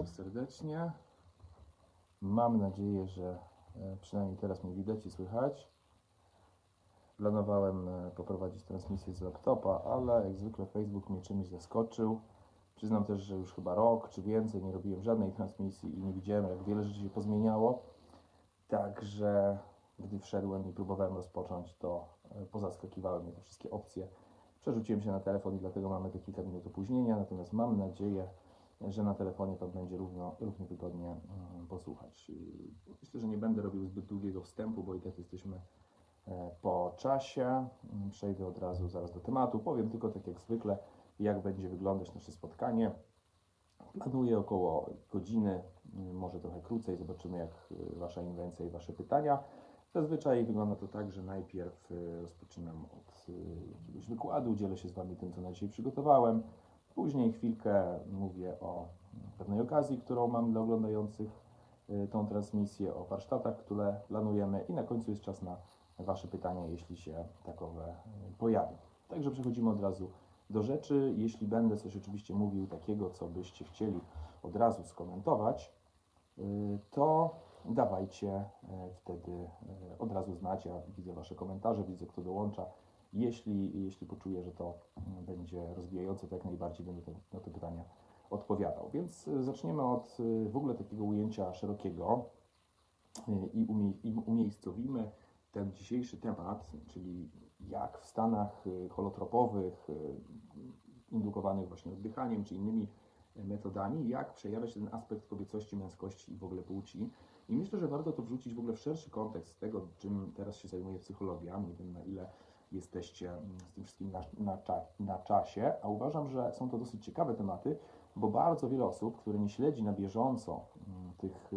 bardzo serdecznie. Mam nadzieję, że przynajmniej teraz mnie widać i słychać. Planowałem poprowadzić transmisję z laptopa, ale jak zwykle Facebook mnie czymś zaskoczył. Przyznam też, że już chyba rok czy więcej nie robiłem żadnej transmisji i nie widziałem, jak wiele rzeczy się pozmieniało. Także gdy wszedłem i próbowałem rozpocząć, to pozaskakiwały mnie te wszystkie opcje. Przerzuciłem się na telefon i dlatego mamy te kilka minut opóźnienia, natomiast mam nadzieję, że na telefonie to będzie równie wygodnie posłuchać. Myślę, że nie będę robił zbyt długiego wstępu, bo i tak jesteśmy po czasie. Przejdę od razu zaraz do tematu. Powiem tylko tak jak zwykle, jak będzie wyglądać nasze spotkanie. Planuję około godziny, może trochę krócej. Zobaczymy, jak Wasza inwencja i Wasze pytania. Zazwyczaj wygląda to tak, że najpierw rozpoczynam od jakiegoś wykładu, dzielę się z Wami tym, co na dzisiaj przygotowałem. Później chwilkę mówię o pewnej okazji, którą mam dla oglądających tą transmisję, o warsztatach, które planujemy i na końcu jest czas na Wasze pytania, jeśli się takowe pojawią. Także przechodzimy od razu do rzeczy. Jeśli będę coś oczywiście mówił takiego, co byście chcieli od razu skomentować, to dawajcie wtedy od razu znać. Ja widzę Wasze komentarze, widzę, kto dołącza. Jeśli poczuję, że to będzie rozwijające, to jak najbardziej będę na te pytania odpowiadał. Więc zaczniemy od w ogóle takiego ujęcia szerokiego i umiejscowimy ten dzisiejszy temat, czyli jak w stanach holotropowych, indukowanych właśnie oddychaniem czy innymi metodami, jak przejawia się ten aspekt kobiecości, męskości i w ogóle płci. I myślę, że warto to wrzucić w ogóle w szerszy kontekst tego, czym teraz się zajmuje psychologia. Nie wiem, na ile jesteście z tym wszystkim na czasie, a uważam, że są to dosyć ciekawe tematy, bo bardzo wiele osób, które nie śledzi na bieżąco tych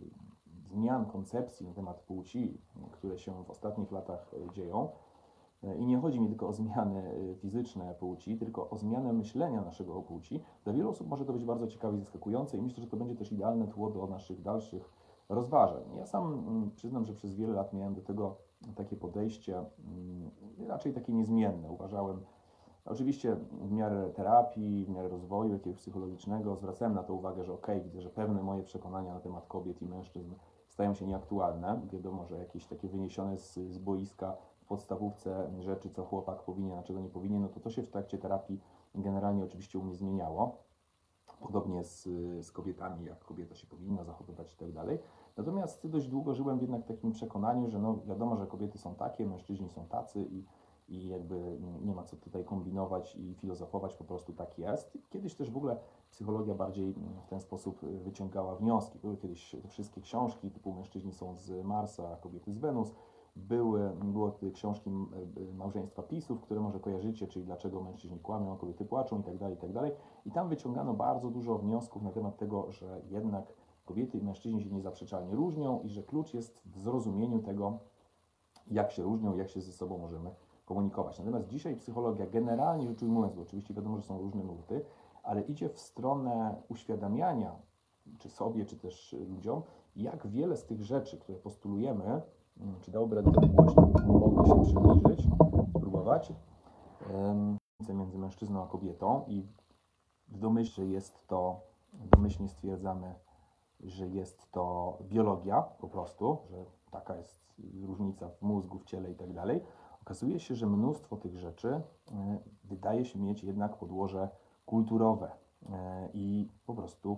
zmian koncepcji na temat płci, które się w ostatnich latach dzieją, i nie chodzi mi tylko o zmiany fizyczne płci, tylko o zmianę myślenia naszego o płci. Dla wielu osób może to być bardzo ciekawe i zaskakujące i myślę, że to będzie też idealne tło do naszych dalszych rozważań. Ja sam przyznam, że przez wiele lat miałem do tego takie podejście raczej takie niezmienne. Uważałem, oczywiście w miarę terapii, w miarę rozwoju jakiegoś psychologicznego zwracałem na to uwagę, że widzę, że pewne moje przekonania na temat kobiet i mężczyzn stają się nieaktualne. Wiadomo, że jakieś takie wyniesione z boiska w podstawówce rzeczy, co chłopak powinien, a czego nie powinien, no to się w trakcie terapii generalnie oczywiście u mnie zmieniało. Podobnie z kobietami, jak kobieta się powinna zachowywać i tak dalej. Natomiast dość długo żyłem jednak w takim przekonaniu, że no wiadomo, że kobiety są takie, mężczyźni są tacy i jakby nie ma co tutaj kombinować i filozofować, po prostu tak jest. Kiedyś też w ogóle psychologia bardziej w ten sposób wyciągała wnioski. Były kiedyś te wszystkie książki typu mężczyźni są z Marsa, a kobiety z Wenus. Były książki małżeństwa PiS-ów, które może kojarzycie, czyli dlaczego mężczyźni kłamią, kobiety płaczą i tak dalej, i tak dalej. I tam wyciągano bardzo dużo wniosków na temat tego, że jednak kobiety i mężczyźni się niezaprzeczalnie różnią i że klucz jest w zrozumieniu tego, jak się różnią, jak się ze sobą możemy komunikować. Natomiast dzisiaj psychologia generalnie rzecz ujmując, bo oczywiście wiadomo, że są różne nurty, ale idzie w stronę uświadamiania, czy sobie, czy też ludziom, jak wiele z tych rzeczy, które postulujemy, czy dałoby radę to głośno, mogę się przybliżyć, spróbować, między mężczyzną a kobietą i w domyślnie stwierdzamy, że jest to biologia po prostu, że taka jest różnica w mózgu, w ciele i tak dalej. Okazuje się, że mnóstwo tych rzeczy wydaje się mieć jednak podłoże kulturowe i po prostu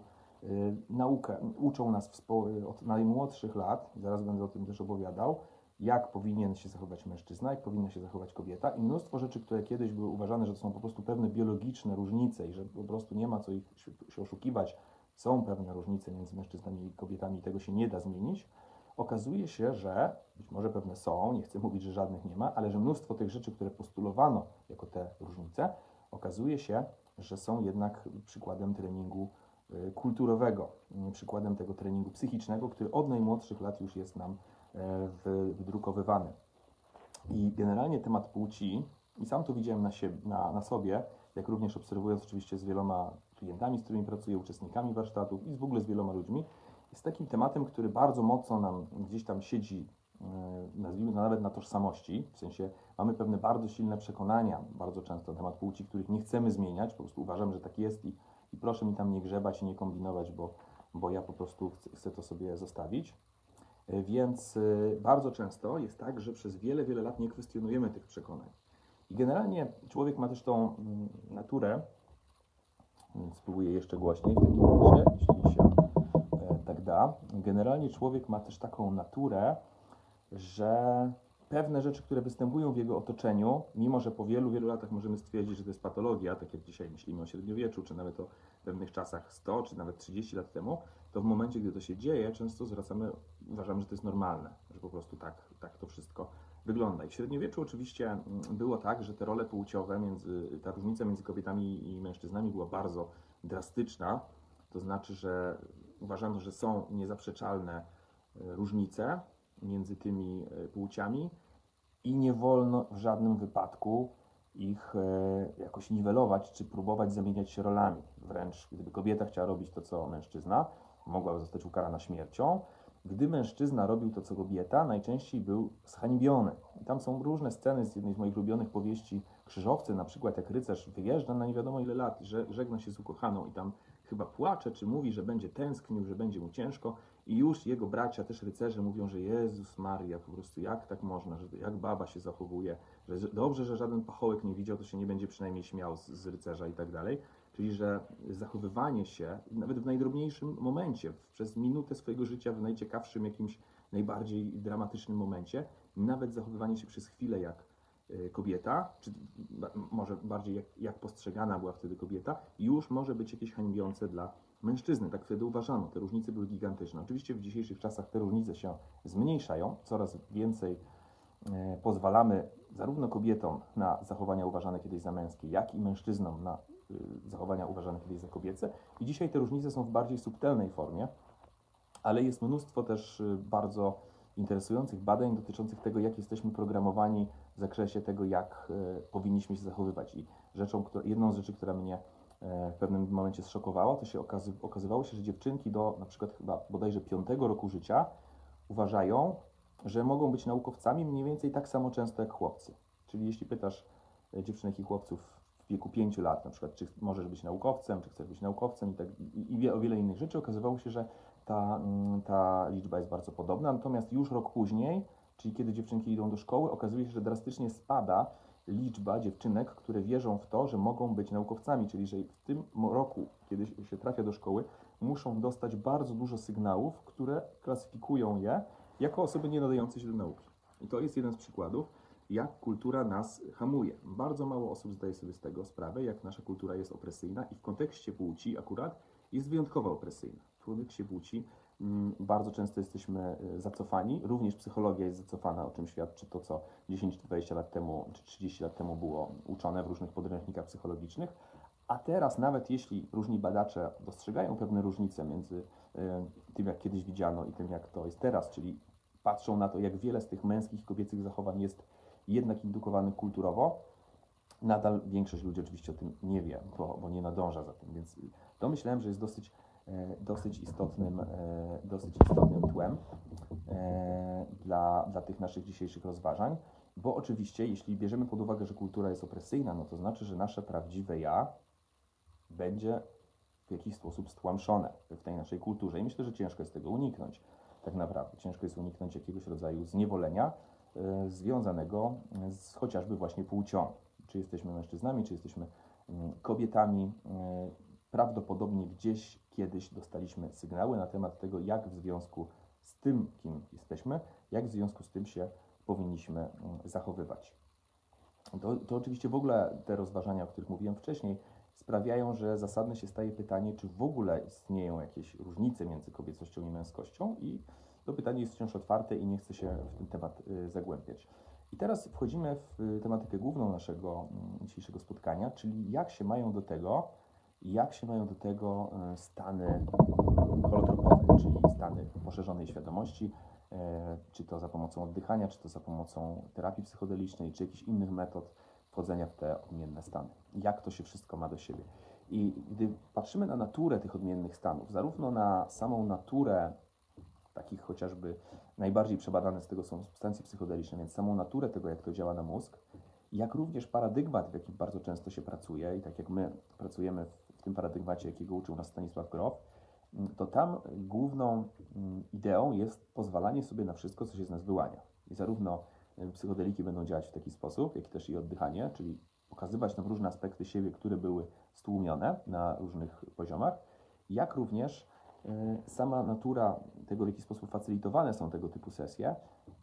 uczą nas od najmłodszych lat, zaraz będę o tym też opowiadał, jak powinien się zachować mężczyzna, jak powinna się zachować kobieta i mnóstwo rzeczy, które kiedyś były uważane, że to są po prostu pewne biologiczne różnice i że po prostu nie ma co ich się oszukiwać, są pewne różnice między mężczyznami i kobietami i tego się nie da zmienić. Okazuje się, że być może pewne są, nie chcę mówić, że żadnych nie ma, ale że mnóstwo tych rzeczy, które postulowano jako te różnice, okazuje się, że są jednak przykładem treningu kulturowego, przykładem tego treningu psychicznego, który od najmłodszych lat już jest nam wydrukowywany. I generalnie temat płci, i sam to widziałem na sobie, jak również obserwując oczywiście z wieloma klientami, z którymi pracuję, uczestnikami warsztatów i w ogóle z wieloma ludźmi, jest takim tematem, który bardzo mocno nam gdzieś tam siedzi, nazwijmy to nawet na tożsamości, w sensie mamy pewne bardzo silne przekonania bardzo często na temat płci, których nie chcemy zmieniać, po prostu uważamy, że tak jest i proszę mi tam nie grzebać i nie kombinować, bo ja po prostu chcę to sobie zostawić. Więc bardzo często jest tak, że przez wiele, wiele lat nie kwestionujemy tych przekonań. I generalnie człowiek ma też tą naturę, spróbuję jeszcze głośniej w takim razie, jeśli się tak da. Generalnie człowiek ma też taką naturę, że pewne rzeczy, które występują w jego otoczeniu, mimo że po wielu, wielu latach możemy stwierdzić, że to jest patologia, tak jak dzisiaj myślimy o średniowieczu, czy nawet o pewnych czasach 100, czy nawet 30 lat temu, to w momencie, gdy to się dzieje, często uważamy, że to jest normalne, że po prostu tak to wszystko wygląda. I w średniowieczu oczywiście było tak, że te role płciowe, ta różnica między kobietami i mężczyznami była bardzo drastyczna, to znaczy, że uważano, że są niezaprzeczalne różnice między tymi płciami i nie wolno w żadnym wypadku ich jakoś niwelować, czy próbować zamieniać się rolami. Wręcz gdyby kobieta chciała robić to, co mężczyzna, mogła zostać ukarana śmiercią. Gdy mężczyzna robił to, co kobieta, najczęściej był zhańbiony. I tam są różne sceny z jednej z moich ulubionych powieści Krzyżowcy, na przykład jak rycerz wyjeżdża na nie wiadomo ile lat, żegna się z ukochaną i tam chyba płacze, czy mówi, że będzie tęsknił, że będzie mu ciężko i już jego bracia, też rycerze mówią, że Jezus Maria, po prostu jak tak można, że jak baba się zachowuje, że dobrze, że żaden pachołek nie widział, to się nie będzie przynajmniej śmiał z rycerza i tak dalej. Czyli, że zachowywanie się, nawet w najdrobniejszym momencie, przez minutę swojego życia, w najciekawszym, jakimś najbardziej dramatycznym momencie, nawet zachowywanie się przez chwilę jak kobieta, czy może bardziej jak postrzegana była wtedy kobieta, już może być jakieś hańbiące dla mężczyzny. Tak wtedy uważano. Te różnice były gigantyczne. Oczywiście w dzisiejszych czasach te różnice się zmniejszają. Coraz więcej pozwalamy zarówno kobietom na zachowania uważane kiedyś za męskie, jak i mężczyznom na zachowania uważane kiedyś za kobiece. I dzisiaj te różnice są w bardziej subtelnej formie, ale jest mnóstwo też bardzo interesujących badań dotyczących tego, jak jesteśmy programowani w zakresie tego, jak powinniśmy się zachowywać. I jedną z rzeczy, która mnie w pewnym momencie zszokowała, to się okazywało się, że dziewczynki do na przykład chyba bodajże 5 roku życia uważają, że mogą być naukowcami mniej więcej tak samo często jak chłopcy. Czyli jeśli pytasz dziewczynek i chłopców w wieku 5 lat, na przykład, czy możesz być naukowcem, czy chcesz być naukowcem i o wiele innych rzeczy, okazywało się, że ta liczba jest bardzo podobna. Natomiast już rok później, czyli kiedy dziewczynki idą do szkoły, okazuje się, że drastycznie spada liczba dziewczynek, które wierzą w to, że mogą być naukowcami, czyli że w tym roku, kiedy się trafia do szkoły, muszą dostać bardzo dużo sygnałów, które klasyfikują je jako osoby nie nadające się do nauki. I to jest jeden z przykładów, jak kultura nas hamuje. Bardzo mało osób zdaje sobie z tego sprawę, jak nasza kultura jest opresyjna i w kontekście płci akurat jest wyjątkowo opresyjna. W kontekście płci bardzo często jesteśmy zacofani, również psychologia jest zacofana, o czym świadczy to, co 10 czy 20 lat temu, czy 30 lat temu było uczone w różnych podręcznikach psychologicznych, a teraz nawet jeśli różni badacze dostrzegają pewne różnice między tym, jak kiedyś widziano i tym, jak to jest teraz, czyli patrzą na to, jak wiele z tych męskich i kobiecych zachowań jest jednak indukowanych kulturowo, nadal większość ludzi oczywiście o tym nie wie, bo nie nadąża za tym, więc to myślałem, że jest dosyć istotnym tłem dla tych naszych dzisiejszych rozważań, bo oczywiście jeśli bierzemy pod uwagę, że kultura jest opresyjna, no to znaczy, że nasze prawdziwe ja będzie w jakiś sposób stłamszone w tej naszej kulturze i myślę, że ciężko jest tego uniknąć. Tak naprawdę ciężko jest uniknąć jakiegoś rodzaju zniewolenia związanego z chociażby właśnie płcią. Czy jesteśmy mężczyznami, czy jesteśmy kobietami. Prawdopodobnie gdzieś kiedyś dostaliśmy sygnały na temat tego, jak w związku z tym, kim jesteśmy, jak w związku z tym się powinniśmy zachowywać. To oczywiście w ogóle te rozważania, o których mówiłem wcześniej, sprawiają, że zasadne się staje pytanie, czy w ogóle istnieją jakieś różnice między kobiecością i męskością i to pytanie jest wciąż otwarte i nie chcę się w ten temat zagłębiać. I teraz wchodzimy w tematykę główną naszego dzisiejszego spotkania, czyli jak się mają do tego stany holotropowe, czyli stany poszerzonej świadomości, czy to za pomocą oddychania, czy to za pomocą terapii psychodelicznej, czy jakichś innych metod wchodzenia w te odmienne stany. Jak to się wszystko ma do siebie. I gdy patrzymy na naturę tych odmiennych stanów, zarówno na samą naturę takich chociażby najbardziej przebadane z tego są substancje psychodeliczne, więc samą naturę tego, jak to działa na mózg, jak również paradygmat, w jakim bardzo często się pracuje i tak jak my pracujemy w tym paradygmacie, jakiego uczył nas Stanisław Grof, to tam główną ideą jest pozwalanie sobie na wszystko, co się z nas wyłania. I zarówno psychodeliki będą działać w taki sposób, jak i też i oddychanie, czyli pokazywać nam różne aspekty siebie, które były stłumione na różnych poziomach, jak również sama natura tego, w jaki sposób facylitowane są tego typu sesje,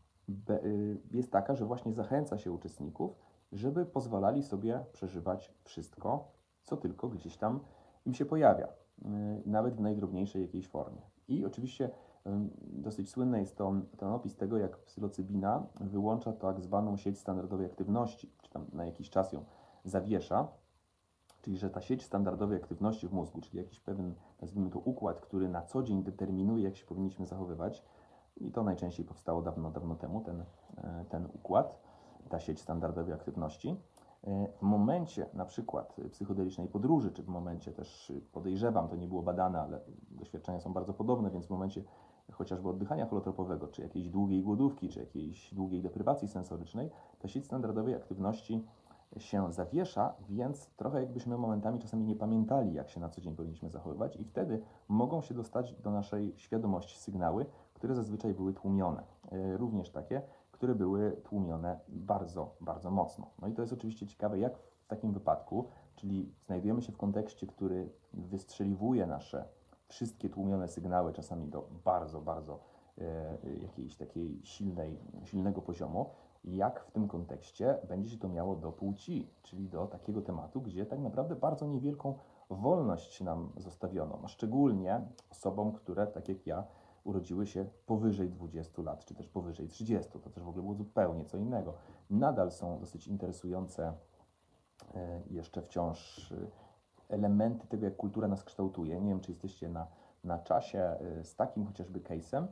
jest taka, że właśnie zachęca się uczestników, żeby pozwalali sobie przeżywać wszystko, co tylko gdzieś tam im się pojawia, nawet w najdrobniejszej jakiejś formie. I oczywiście dosyć słynny jest ten opis tego, jak psylocybina wyłącza tak zwaną sieć standardowej aktywności, czy tam na jakiś czas ją zawiesza, czyli że ta sieć standardowej aktywności w mózgu, czyli jakiś pewien, nazwijmy to, układ, który na co dzień determinuje, jak się powinniśmy zachowywać, i to najczęściej powstało dawno, dawno temu, ten układ, ta sieć standardowej aktywności. W momencie na przykład psychodelicznej podróży, czy w momencie też, podejrzewam, to nie było badane, ale doświadczenia są bardzo podobne, więc w momencie chociażby oddychania holotropowego, czy jakiejś długiej głodówki, czy jakiejś długiej deprywacji sensorycznej, ta sieć standardowej aktywności się zawiesza, więc trochę jakbyśmy momentami czasami nie pamiętali, jak się na co dzień powinniśmy zachowywać, i wtedy mogą się dostać do naszej świadomości sygnały, które zazwyczaj były tłumione. Również takie, które były tłumione bardzo, bardzo mocno. No i to jest oczywiście ciekawe, jak w takim wypadku, czyli znajdujemy się w kontekście, który wystrzeliwuje nasze wszystkie tłumione sygnały, czasami do bardzo, bardzo jakiejś takiej silnego poziomu, jak w tym kontekście będzie się to miało do płci, czyli do takiego tematu, gdzie tak naprawdę bardzo niewielką wolność nam zostawiono, no szczególnie osobom, które, tak jak ja, urodziły się powyżej 20 lat, czy też powyżej 30. To też w ogóle było zupełnie co innego. Nadal są dosyć interesujące jeszcze wciąż elementy tego, jak kultura nas kształtuje. Nie wiem, czy jesteście na czasie z takim chociażby case'em,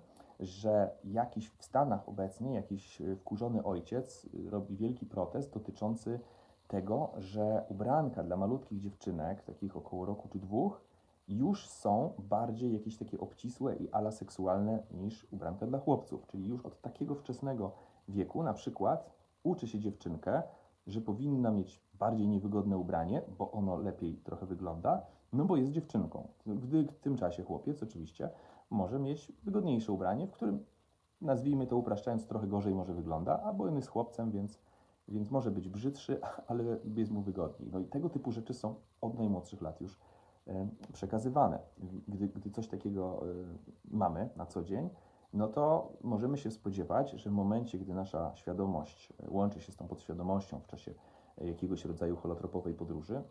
że jakiś w Stanach obecnie jakiś wkurzony ojciec robi wielki protest dotyczący tego, że ubranka dla malutkich dziewczynek, takich około roku czy dwóch, już są bardziej jakieś takie obcisłe i alaseksualne niż ubranka dla chłopców. Czyli już od takiego wczesnego wieku na przykład uczy się dziewczynkę, że powinna mieć bardziej niewygodne ubranie, bo ono lepiej trochę wygląda, no bo jest dziewczynką. Gdy w tym czasie chłopiec oczywiście może mieć wygodniejsze ubranie, w którym, nazwijmy to upraszczając, trochę gorzej może wygląda, albo on jest chłopcem, więc może być brzydszy, ale jest mu wygodniej. No i tego typu rzeczy są od najmłodszych lat już przekazywane. Gdy coś takiego mamy na co dzień, no to możemy się spodziewać, że w momencie, gdy nasza świadomość łączy się z tą podświadomością w czasie jakiegoś rodzaju holotropowej podróży,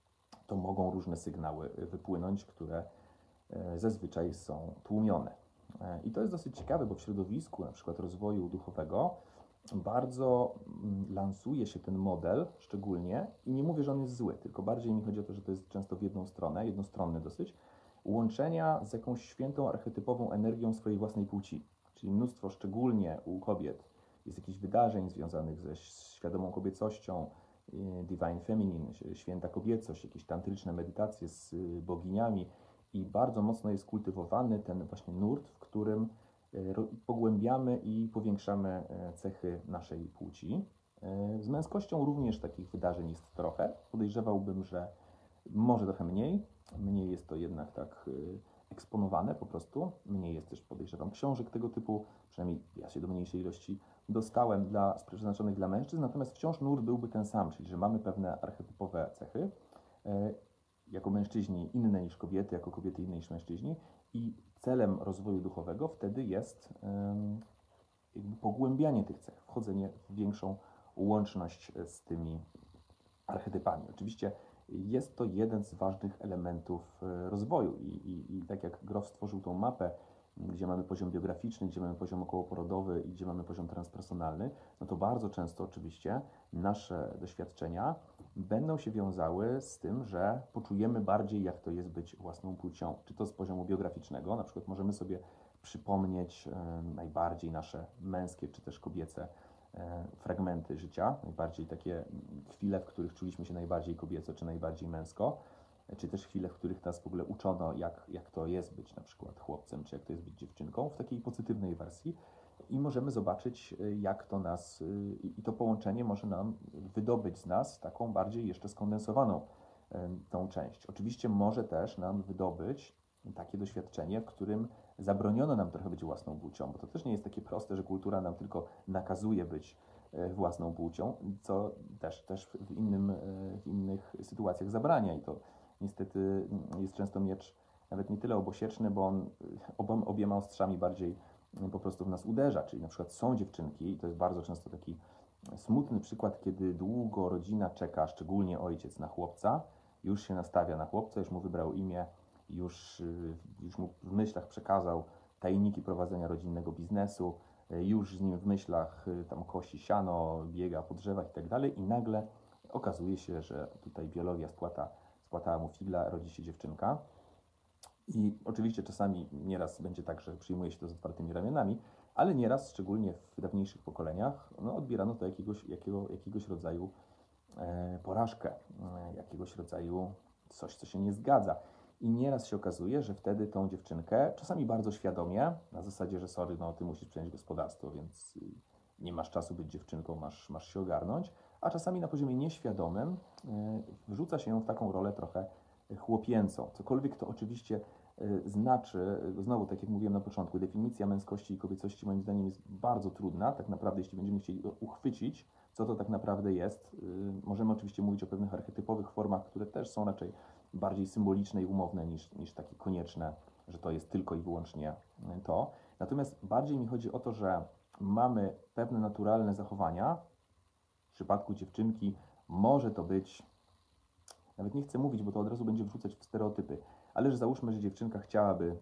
to mogą różne sygnały wypłynąć, które zazwyczaj są tłumione. I to jest dosyć ciekawe, bo w środowisku na przykład rozwoju duchowego bardzo lansuje się ten model szczególnie, i nie mówię, że on jest zły, tylko bardziej mi chodzi o to, że to jest często w jedną stronę, jednostronny dosyć, łączenia z jakąś świętą archetypową energią swojej własnej płci. Czyli mnóstwo, szczególnie u kobiet, jest jakichś wydarzeń związanych ze świadomą kobiecością, Divine Feminine, święta kobiecość, jakieś tantryczne medytacje z boginiami, i bardzo mocno jest kultywowany ten właśnie nurt, w którym pogłębiamy i powiększamy cechy naszej płci. Z męskością również takich wydarzeń jest trochę. Podejrzewałbym, że może trochę mniej. Mniej jest to jednak tak eksponowane po prostu. Mniej jest też, podejrzewam, książek tego typu. Przynajmniej ja się do mniejszej ilości dostałem przeznaczonych dla mężczyzn. Natomiast wciąż nurt byłby ten sam, czyli że mamy pewne archetypowe cechy. Jako mężczyźni inne niż kobiety, jako kobiety inne niż mężczyźni, i celem rozwoju duchowego wtedy jest jakby pogłębianie tych cech, wchodzenie w większą łączność z tymi archetypami. Oczywiście jest to jeden z ważnych elementów rozwoju i tak jak Grof stworzył tą mapę, gdzie mamy poziom biograficzny, gdzie mamy poziom okołoporodowy i gdzie mamy poziom transpersonalny, no to bardzo często oczywiście nasze doświadczenia będą się wiązały z tym, że poczujemy bardziej, jak to jest być własną płcią. Czy to z poziomu biograficznego, na przykład możemy sobie przypomnieć najbardziej nasze męskie czy też kobiece fragmenty życia, najbardziej takie chwile, w których czuliśmy się najbardziej kobieco czy najbardziej męsko, czy też chwile, w których nas w ogóle uczono, jak to jest być na przykład chłopcem, czy jak to jest być dziewczynką, w takiej pozytywnej wersji, i możemy zobaczyć, jak to nas, i to połączenie może nam wydobyć z nas taką bardziej jeszcze skondensowaną tą część. Oczywiście może też nam wydobyć takie doświadczenie, w którym zabroniono nam trochę być własną płcią, bo to też nie jest takie proste, że kultura nam tylko nakazuje być własną płcią, co też w innych sytuacjach zabrania i to niestety jest często miecz nawet nie tyle obosieczny, bo on obiema ostrzami bardziej po prostu w nas uderza, czyli na przykład są dziewczynki i to jest bardzo często taki smutny przykład, kiedy długo rodzina czeka, szczególnie ojciec, na chłopca, już się nastawia na chłopca, już mu wybrał imię, już mu w myślach przekazał tajniki prowadzenia rodzinnego biznesu, już z nim w myślach tam kosi siano, biega po drzewach i tak dalej i nagle okazuje się, że tutaj biologia spłatała mu figla, rodzi się dziewczynka. I oczywiście czasami nieraz będzie tak, że przyjmuje się to z otwartymi ramionami, ale nieraz, szczególnie w dawniejszych pokoleniach, no, odbierano to jakiegoś rodzaju porażkę, jakiegoś rodzaju coś, co się nie zgadza. I nieraz się okazuje, że wtedy tą dziewczynkę, czasami bardzo świadomie, na zasadzie, że sorry, no ty musisz przejąć gospodarstwo, więc nie masz czasu być dziewczynką, masz się ogarnąć, a czasami na poziomie nieświadomym wrzuca się ją w taką rolę trochę chłopięcą. Cokolwiek to oczywiście znaczy, znowu, tak jak mówiłem na początku, definicja męskości i kobiecości moim zdaniem jest bardzo trudna. Tak naprawdę, jeśli będziemy chcieli uchwycić, co to tak naprawdę jest, możemy oczywiście mówić o pewnych archetypowych formach, które też są raczej bardziej symboliczne i umowne niż takie konieczne, że to jest tylko i wyłącznie to. Natomiast bardziej mi chodzi o to, że mamy pewne naturalne zachowania. W przypadku dziewczynki może to być, nawet nie chcę mówić, bo to od razu będzie wrzucać w stereotypy, ale że załóżmy, że dziewczynka chciałaby,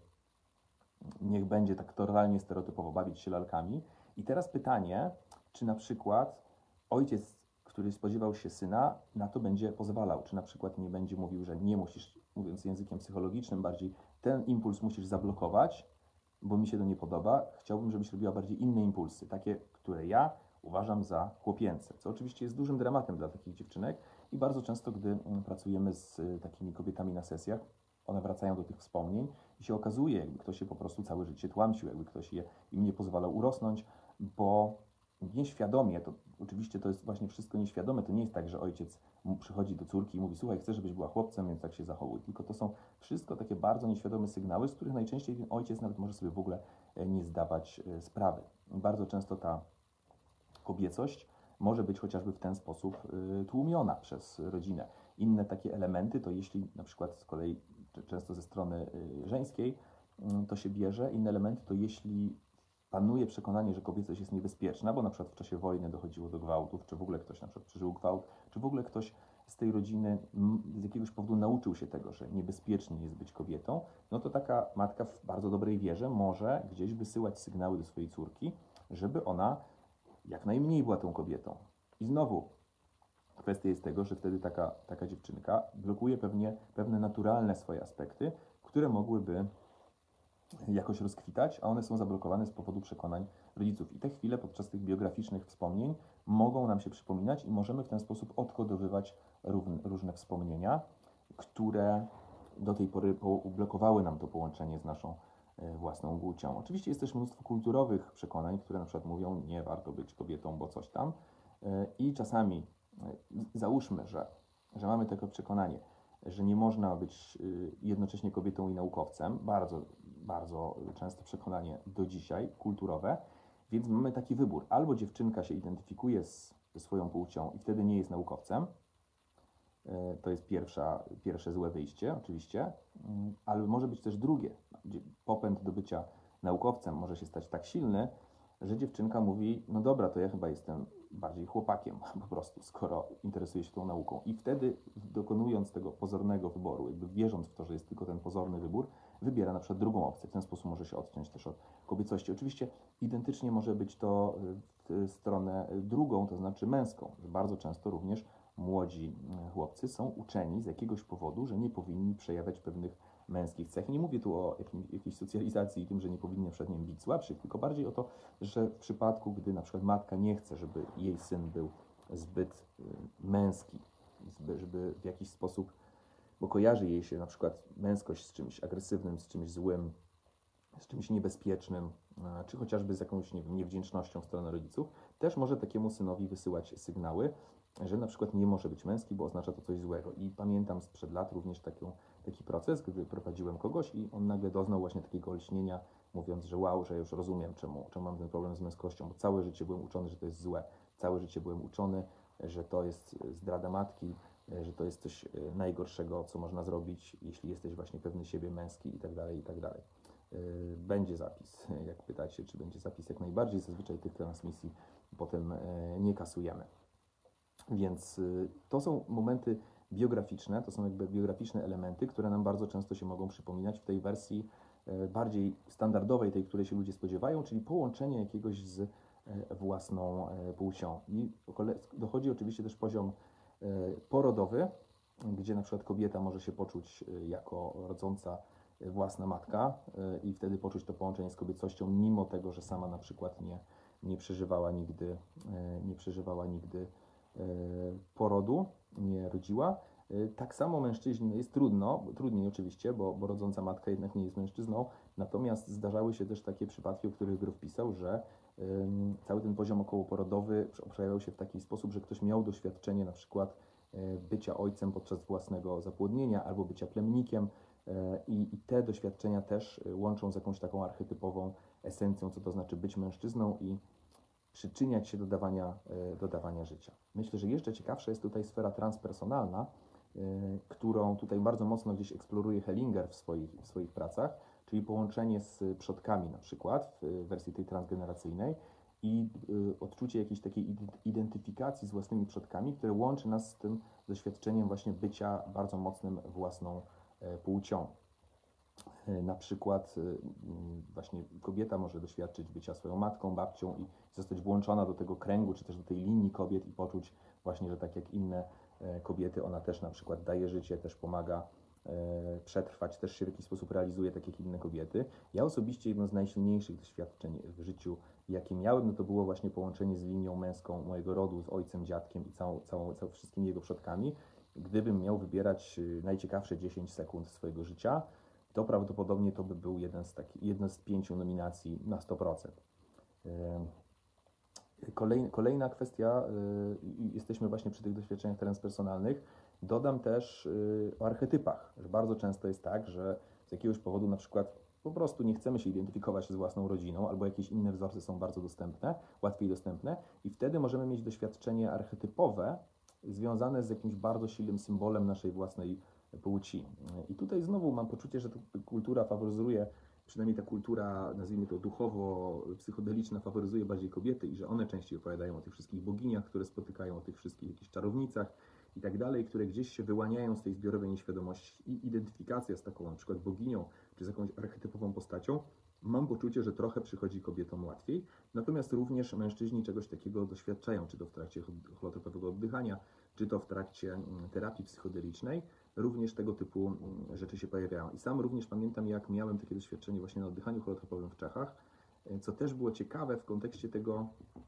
niech będzie tak totalnie stereotypowo, bawić się lalkami. I teraz pytanie, czy na przykład ojciec, który spodziewał się syna, na to będzie pozwalał? Czy na przykład nie będzie mówił, że nie musisz, mówiąc językiem psychologicznym bardziej, ten impuls musisz zablokować, bo mi się to nie podoba, chciałbym, żebyś robiła bardziej inne impulsy, takie, które ja uważam za chłopięce, co oczywiście jest dużym dramatem dla takich dziewczynek i bardzo często, gdy pracujemy z takimi kobietami na sesjach, one wracają do tych wspomnień i się okazuje, jakby ktoś się po prostu całe życie tłamsił, jakby ktoś im nie pozwalał urosnąć, bo nieświadomie, to oczywiście to jest właśnie wszystko nieświadome, to nie jest tak, że ojciec przychodzi do córki i mówi, słuchaj, chcę, żebyś była chłopcem, więc tak się zachowuj, tylko to są wszystko takie bardzo nieświadome sygnały, z których najczęściej ten ojciec nawet może sobie w ogóle nie zdawać sprawy. Bardzo często ta kobiecość może być chociażby w ten sposób tłumiona przez rodzinę. Inne takie elementy to jeśli na przykład z kolei często ze strony żeńskiej to się bierze, inne elementy to jeśli panuje przekonanie, że kobiecość jest niebezpieczna, bo na przykład w czasie wojny dochodziło do gwałtów, czy w ogóle ktoś na przykład przeżył gwałt, czy w ogóle ktoś z tej rodziny z jakiegoś powodu nauczył się tego, że niebezpiecznie jest być kobietą, no to taka matka w bardzo dobrej wierze może gdzieś wysyłać sygnały do swojej córki, żeby ona jak najmniej była tą kobietą. I znowu kwestia jest tego, że wtedy taka dziewczynka blokuje pewne naturalne swoje aspekty, które mogłyby jakoś rozkwitać, a one są zablokowane z powodu przekonań rodziców. I te chwile podczas tych biograficznych wspomnień mogą nam się przypominać i możemy w ten sposób odkodowywać różne wspomnienia, które do tej pory ublokowały nam to połączenie z naszą własną płcią. Oczywiście jest też mnóstwo kulturowych przekonań, które na przykład mówią, nie warto być kobietą, bo coś tam. I czasami załóżmy, że mamy takie przekonanie, że nie można być jednocześnie kobietą i naukowcem. Bardzo, bardzo często przekonanie do dzisiaj kulturowe, więc mamy taki wybór. Albo dziewczynka się identyfikuje ze swoją płcią i wtedy nie jest naukowcem. To jest pierwsze złe wyjście, oczywiście, ale może być też drugie. Popęd do bycia naukowcem może się stać tak silny, że dziewczynka mówi, no dobra, to ja chyba jestem bardziej chłopakiem po prostu, skoro interesuje się tą nauką. I wtedy dokonując tego pozornego wyboru, jakby wierząc w to, że jest tylko ten pozorny wybór, wybiera na przykład drugą opcję. W ten sposób może się odciąć też od kobiecości. Oczywiście identycznie może być to w stronę drugą, to znaczy męską, że bardzo często również młodzi chłopcy są uczeni z jakiegoś powodu, że nie powinni przejawiać pewnych męskich cech. Nie mówię tu o jakiejś socjalizacji i tym, że nie powinni przed nim bić słabszych, tylko bardziej o to, że w przypadku, gdy na przykład matka nie chce, żeby jej syn był zbyt męski, żeby w jakiś sposób, bo kojarzy jej się na przykład męskość z czymś agresywnym, z czymś złym, z czymś niebezpiecznym, czy chociażby z jakąś, nie wiem, niewdzięcznością w stronę rodziców, też może takiemu synowi wysyłać sygnały, że na przykład nie może być męski, bo oznacza to coś złego. I pamiętam sprzed lat również taki proces, gdy prowadziłem kogoś i on nagle doznał właśnie takiego olśnienia, mówiąc, że wow, że już rozumiem, czemu mam ten problem z męskością, bo całe życie byłem uczony, że to jest złe, całe życie byłem uczony, że to jest zdrada matki, że to jest coś najgorszego, co można zrobić, jeśli jesteś właśnie pewny siebie, męski i tak dalej, i tak dalej. Będzie zapis, jak pytacie, czy będzie zapis, jak najbardziej, zazwyczaj tych transmisji potem nie kasujemy. Więc to są momenty biograficzne, to są jakby biograficzne elementy, które nam bardzo często się mogą przypominać w tej wersji bardziej standardowej, tej, której się ludzie spodziewają, czyli połączenie jakiegoś z własną płcią. I dochodzi oczywiście też poziom porodowy, gdzie na przykład kobieta może się poczuć jako rodząca własna matka i wtedy poczuć to połączenie z kobiecością, mimo tego, że sama na przykład nie przeżywała nigdy porodu, nie rodziła. Tak samo mężczyźni jest trudniej oczywiście, bo rodząca matka jednak nie jest mężczyzną, natomiast zdarzały się też takie przypadki, o których Grof pisał, że cały ten poziom okołoporodowy przejawiał się w taki sposób, że ktoś miał doświadczenie na przykład bycia ojcem podczas własnego zapłodnienia albo bycia plemnikiem i te doświadczenia też łączą z jakąś taką archetypową esencją, co to znaczy być mężczyzną i przyczyniać się do dawania życia. Myślę, że jeszcze ciekawsza jest tutaj sfera transpersonalna, którą tutaj bardzo mocno gdzieś eksploruje Hellinger w swoich pracach, czyli połączenie z przodkami na przykład w wersji tej transgeneracyjnej i odczucie jakiejś takiej identyfikacji z własnymi przodkami, które łączy nas z tym doświadczeniem właśnie bycia bardzo mocnym własną płcią. Na przykład właśnie kobieta może doświadczyć bycia swoją matką, babcią i zostać włączona do tego kręgu, czy też do tej linii kobiet i poczuć właśnie, że tak jak inne kobiety, ona też na przykład daje życie, też pomaga przetrwać, też się w jakiś sposób realizuje tak jak inne kobiety. Ja osobiście jedno z najsilniejszych doświadczeń w życiu, jakie miałem, no to było właśnie połączenie z linią męską mojego rodu, z ojcem, dziadkiem i wszystkimi jego przodkami. Gdybym miał wybierać najciekawsze 10 sekund swojego życia, to prawdopodobnie to by był jedna z 5 nominacji na 100%. Kolejna kwestia, jesteśmy właśnie przy tych doświadczeniach transpersonalnych, dodam też o archetypach, że bardzo często jest tak, że z jakiegoś powodu na przykład po prostu nie chcemy się identyfikować z własną rodziną, albo jakieś inne wzorce są bardzo dostępne, łatwiej dostępne i wtedy możemy mieć doświadczenie archetypowe związane z jakimś bardzo silnym symbolem naszej własnej płci. I tutaj znowu mam poczucie, że kultura faworyzuje, przynajmniej ta kultura, nazwijmy to duchowo-psychodeliczna, faworyzuje bardziej kobiety i że one częściej opowiadają o tych wszystkich boginiach, które spotykają, o tych wszystkich jakichś czarownicach i tak dalej, które gdzieś się wyłaniają z tej zbiorowej nieświadomości i identyfikacja z taką na przykład boginią, czy z jakąś archetypową postacią, mam poczucie, że trochę przychodzi kobietom łatwiej, natomiast również mężczyźni czegoś takiego doświadczają, czy to w trakcie holotropowego oddychania, czy to w trakcie terapii psychodelicznej, również tego typu rzeczy się pojawiają. I sam również pamiętam, jak miałem takie doświadczenie właśnie na oddychaniu holotropowym w Czechach, co też było ciekawe w kontekście tego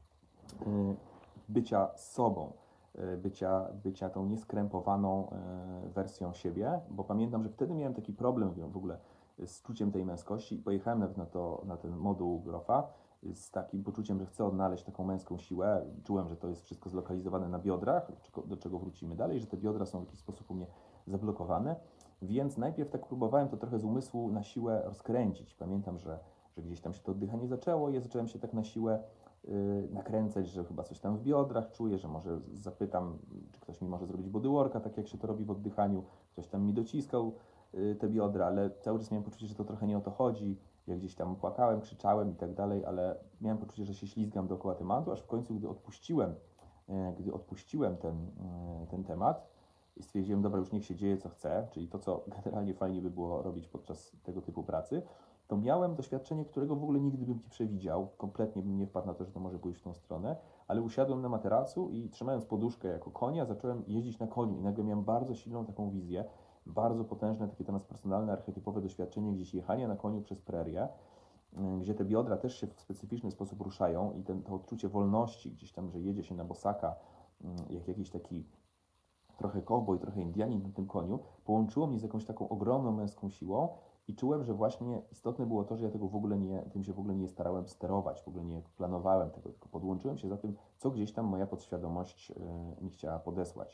bycia sobą, bycia tą nieskrępowaną wersją siebie, bo pamiętam, że wtedy miałem taki problem w ogóle z czuciem tej męskości i pojechałem nawet na ten moduł Grofa z takim poczuciem, że chcę odnaleźć taką męską siłę. Czułem, że to jest wszystko zlokalizowane na biodrach, do czego wrócimy dalej, że te biodra są w jakiś sposób u mnie zablokowane, więc najpierw tak próbowałem to trochę z umysłu na siłę rozkręcić. Pamiętam, że gdzieś tam się to oddychanie zaczęło i ja zacząłem się tak na siłę nakręcać, że chyba coś tam w biodrach czuję, że może zapytam, czy ktoś mi może zrobić bodyworka, tak jak się to robi w oddychaniu. Ktoś tam mi dociskał te biodra, ale cały czas miałem poczucie, że to trochę nie o to chodzi. Ja gdzieś tam płakałem, krzyczałem i tak dalej, ale miałem poczucie, że się ślizgam dookoła tematu, aż w końcu, gdy odpuściłem ten temat i stwierdziłem, dobra, już niech się dzieje co chce, czyli to, co generalnie fajnie by było robić podczas tego typu pracy, to miałem doświadczenie, którego w ogóle nigdy bym nie przewidział, kompletnie bym nie wpadł na to, że to może pójść w tą stronę, ale usiadłem na materacu i trzymając poduszkę jako konia, zacząłem jeździć na koniu i nagle miałem bardzo silną taką wizję, bardzo potężne takie transpersonalne, archetypowe doświadczenie gdzieś jechania na koniu przez prerię, gdzie te biodra też się w specyficzny sposób ruszają i to odczucie wolności gdzieś tam, że jedzie się na bosaka, jak jakiś taki trochę kowboj, trochę Indianin na tym koniu, połączyło mnie z jakąś taką ogromną męską siłą i czułem, że właśnie istotne było to, że ja tym się w ogóle nie starałem sterować, w ogóle nie planowałem tego, tylko podłączyłem się za tym, co gdzieś tam moja podświadomość mi chciała podesłać.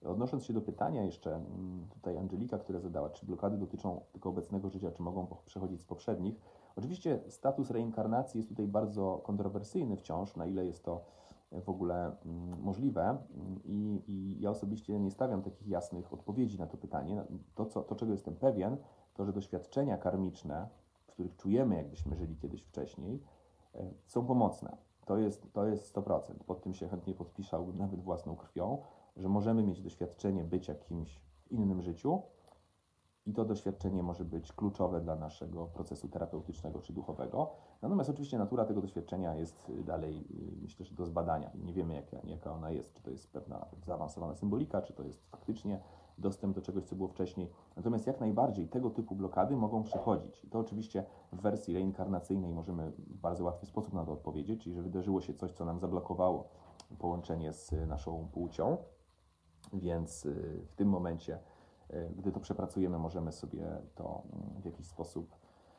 Odnosząc się do pytania jeszcze tutaj Angelika, która zadała, czy blokady dotyczą tylko obecnego życia, czy mogą przechodzić z poprzednich. Oczywiście status reinkarnacji jest tutaj bardzo kontrowersyjny wciąż, na ile jest to w ogóle możliwe i ja osobiście nie stawiam takich jasnych odpowiedzi na to pytanie. To, czego jestem pewien, to, że doświadczenia karmiczne, w których czujemy, jakbyśmy żyli kiedyś wcześniej, są pomocne. To jest 100%. Pod tym się chętnie podpisał nawet własną krwią, że możemy mieć doświadczenie bycia kimś w innym życiu i to doświadczenie może być kluczowe dla naszego procesu terapeutycznego czy duchowego. Natomiast oczywiście natura tego doświadczenia jest dalej, myślę, że do zbadania. Nie wiemy, jaka ona jest, czy to jest pewna zaawansowana symbolika, czy to jest faktycznie dostęp do czegoś, co było wcześniej. Natomiast jak najbardziej tego typu blokady mogą przychodzić. I to oczywiście w wersji reinkarnacyjnej możemy w bardzo łatwy sposób na to odpowiedzieć, czyli że wydarzyło się coś, co nam zablokowało połączenie z naszą płcią, więc w tym momencie, gdy to przepracujemy, możemy sobie to w jakiś sposób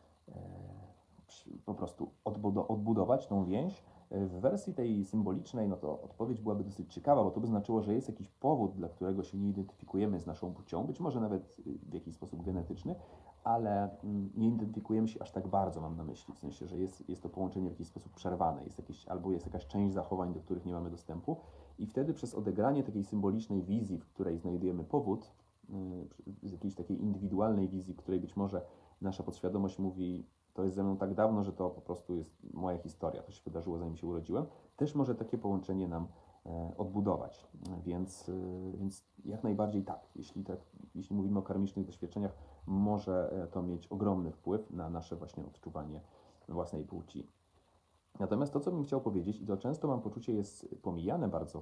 po prostu odbudować tą więź. W wersji tej symbolicznej, no to odpowiedź byłaby dosyć ciekawa, bo to by znaczyło, że jest jakiś powód, dla którego się nie identyfikujemy z naszą płcią, być może nawet w jakiś sposób genetyczny, ale nie identyfikujemy się aż tak bardzo, mam na myśli, w sensie, że jest to połączenie w jakiś sposób przerwane, albo jest jakaś część zachowań, do których nie mamy dostępu i wtedy przez odegranie takiej symbolicznej wizji, w której znajdujemy powód, z jakiejś takiej indywidualnej wizji, w której być może nasza podświadomość mówi, to jest ze mną tak dawno, że to po prostu jest moja historia, to się wydarzyło zanim się urodziłem, też może takie połączenie nam odbudować. Więc jak najbardziej tak. Jeśli mówimy o karmicznych doświadczeniach, może to mieć ogromny wpływ na nasze właśnie odczuwanie własnej płci. Natomiast to, co bym chciał powiedzieć, i to często mam poczucie jest pomijane bardzo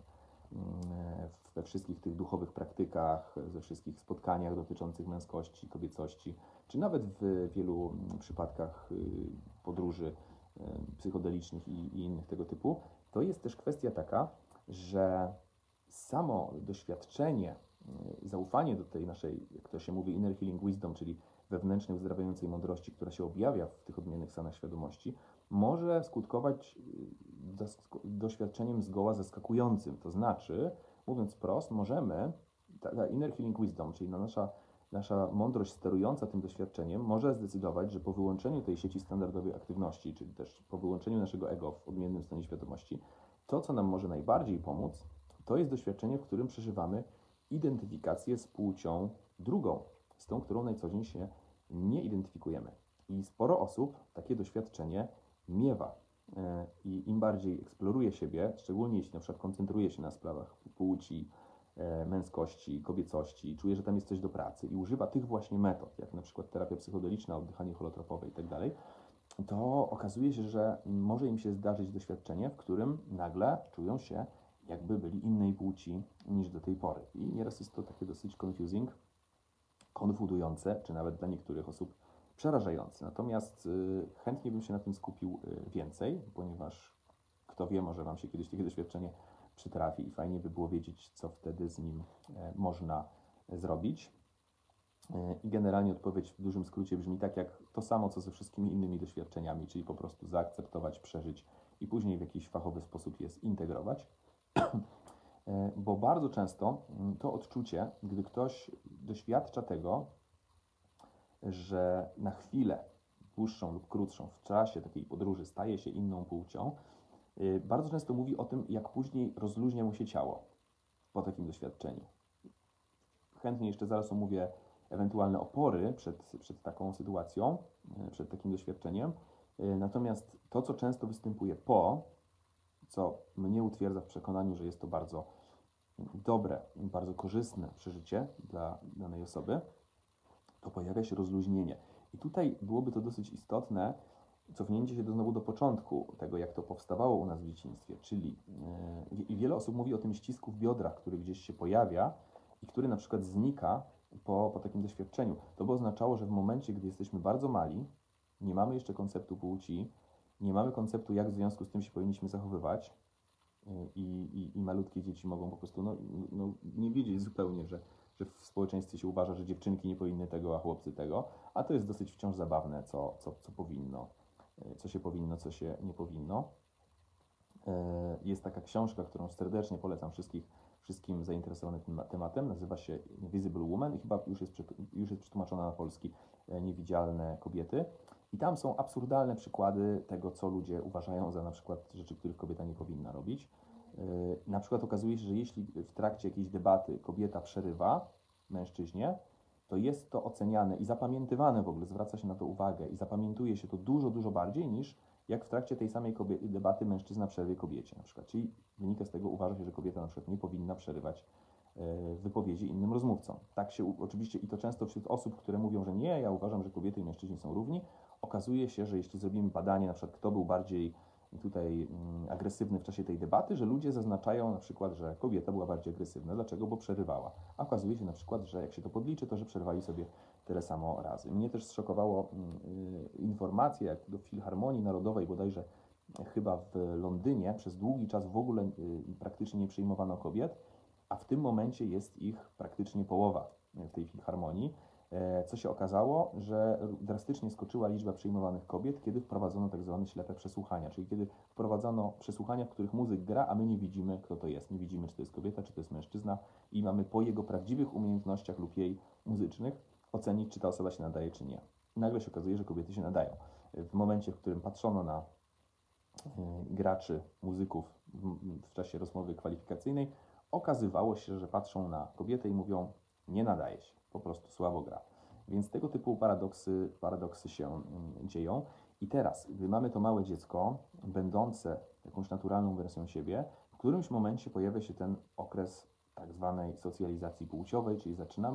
we wszystkich tych duchowych praktykach, ze wszystkich spotkaniach dotyczących męskości, kobiecości, czy nawet w wielu przypadkach podróży psychodelicznych i innych tego typu, to jest też kwestia taka, że samo doświadczenie, zaufanie do tej naszej, jak to się mówi, inner healing wisdom, czyli wewnętrznej uzdrawiającej mądrości, która się objawia w tych odmiennych stanach świadomości, może skutkować doświadczeniem zgoła zaskakującym. To znaczy, mówiąc wprost, możemy, ta inner healing wisdom, czyli nasza mądrość sterująca tym doświadczeniem, może zdecydować, że po wyłączeniu tej sieci standardowej aktywności, czyli też po wyłączeniu naszego ego w odmiennym stanie świadomości, to, co nam może najbardziej pomóc, to jest doświadczenie, w którym przeżywamy identyfikację z płcią drugą, z tą, którą na co dzień się nie identyfikujemy. I sporo osób takie doświadczenie miewa. I im bardziej eksploruje siebie, szczególnie jeśli na przykład koncentruje się na sprawach płci, męskości, kobiecości, czuje, że tam jest coś do pracy i używa tych właśnie metod, jak na przykład terapia psychodeliczna, oddychanie holotropowe i tak dalej, to okazuje się, że może im się zdarzyć doświadczenie, w którym nagle czują się, jakby byli innej płci niż do tej pory. I nieraz jest to takie dosyć confusing, konfudujące, czy nawet dla niektórych osób przerażające. Natomiast chętnie bym się na tym skupił więcej, ponieważ kto wie, może Wam się kiedyś takie doświadczenie przytrafi i fajnie by było wiedzieć, co wtedy z nim można zrobić. I generalnie odpowiedź w dużym skrócie brzmi tak jak to samo, co ze wszystkimi innymi doświadczeniami, czyli po prostu zaakceptować, przeżyć i później w jakiś fachowy sposób je zintegrować. Bo bardzo często to odczucie, gdy ktoś doświadcza tego, że na chwilę, dłuższą lub krótszą, w czasie takiej podróży staje się inną płcią, bardzo często mówi o tym, jak później rozluźnia mu się ciało po takim doświadczeniu. Chętnie jeszcze zaraz omówię ewentualne opory przed taką sytuacją, przed takim doświadczeniem. Natomiast to, co często występuje co mnie utwierdza w przekonaniu, że jest to bardzo dobre, bardzo korzystne przeżycie dla danej osoby, to pojawia się rozluźnienie. I tutaj byłoby to dosyć istotne, cofnięcie się znowu do początku tego, jak to powstawało u nas w dzieciństwie, czyli i wiele osób mówi o tym ścisku w biodrach, który gdzieś się pojawia i który na przykład znika po takim doświadczeniu. To by oznaczało, że w momencie, gdy jesteśmy bardzo mali, nie mamy jeszcze konceptu płci, nie mamy konceptu, jak w związku z tym się powinniśmy zachowywać i malutkie dzieci mogą po prostu nie wiedzieć zupełnie, że w społeczeństwie się uważa, że dziewczynki nie powinny tego, a chłopcy tego, a to jest dosyć wciąż zabawne, co powinno, co się powinno, co się nie powinno. Jest taka książka, którą serdecznie polecam wszystkim zainteresowanym tym tematem. Nazywa się Invisible Woman i chyba już jest przetłumaczona na polski Niewidzialne kobiety. I tam są absurdalne przykłady tego, co ludzie uważają za na przykład rzeczy, których kobieta nie powinna robić. Na przykład okazuje się, że jeśli w trakcie jakiejś debaty kobieta przerywa mężczyźnie, to jest to oceniane i zapamiętywane w ogóle, zwraca się na to uwagę i zapamiętuje się to dużo, dużo bardziej niż jak w trakcie tej samej debaty mężczyzna przerwie kobiecie na przykład. Czyli wynika z tego, uważa się, że kobieta na przykład nie powinna przerywać wypowiedzi innym rozmówcom. Tak się oczywiście i to często wśród osób, które mówią, że nie, ja uważam, że kobiety i mężczyźni są równi, okazuje się, że jeśli zrobimy badanie, na przykład kto był bardziej tutaj agresywny w czasie tej debaty, że ludzie zaznaczają na przykład, że kobieta była bardziej agresywna. Dlaczego? Bo przerywała. A okazuje się na przykład, że jak się to podliczy, to że przerwali sobie tyle samo razy. Mnie też zszokowało informacje, jak do Filharmonii Narodowej bodajże chyba w Londynie przez długi czas w ogóle praktycznie nie przyjmowano kobiet, a w tym momencie jest ich praktycznie połowa w tej filharmonii. Co się okazało, że drastycznie skoczyła liczba przyjmowanych kobiet, kiedy wprowadzono tak zwane ślepe przesłuchania, czyli kiedy wprowadzono przesłuchania, w których muzyk gra, a my nie widzimy, kto to jest. Nie widzimy, czy to jest kobieta, czy to jest mężczyzna i mamy po jego prawdziwych umiejętnościach lub jej muzycznych ocenić, czy ta osoba się nadaje, czy nie. Nagle się okazuje, że kobiety się nadają. W momencie, w którym patrzono na graczy, muzyków w czasie rozmowy kwalifikacyjnej, okazywało się, że patrzą na kobietę i mówią, nie nadaje się, po prostu słabo gra. Więc tego typu paradoksy się dzieją. I teraz, gdy mamy to małe dziecko, będące jakąś naturalną wersją siebie, w którymś momencie pojawia się ten okres tak zwanej socjalizacji płciowej, czyli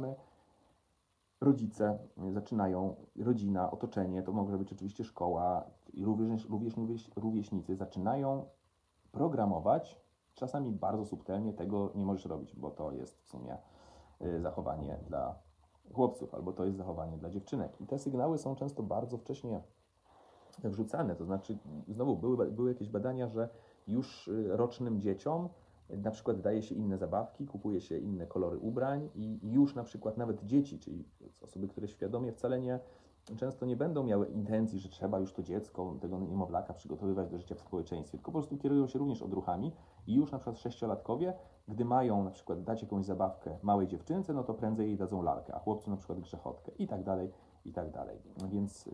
rodzice zaczynają, rodzina, otoczenie, to może być oczywiście szkoła i również rówieśnicy zaczynają programować, czasami bardzo subtelnie, tego nie możesz robić, bo to jest w sumie zachowanie dla chłopców, albo to jest zachowanie dla dziewczynek. I te sygnały są często bardzo wcześnie wrzucane, to znaczy znowu były jakieś badania, że już rocznym dzieciom na przykład daje się inne zabawki, kupuje się inne kolory ubrań i już na przykład nawet dzieci, czyli osoby, które świadomie wcale często nie będą miały intencji, że trzeba już to dziecko, tego niemowlaka przygotowywać do życia w społeczeństwie, tylko po prostu kierują się również odruchami i już na przykład sześciolatkowie, gdy mają na przykład dać jakąś zabawkę małej dziewczynce, no to prędzej jej dadzą lalkę, a chłopcu na przykład grzechotkę i tak dalej, i tak dalej. Więc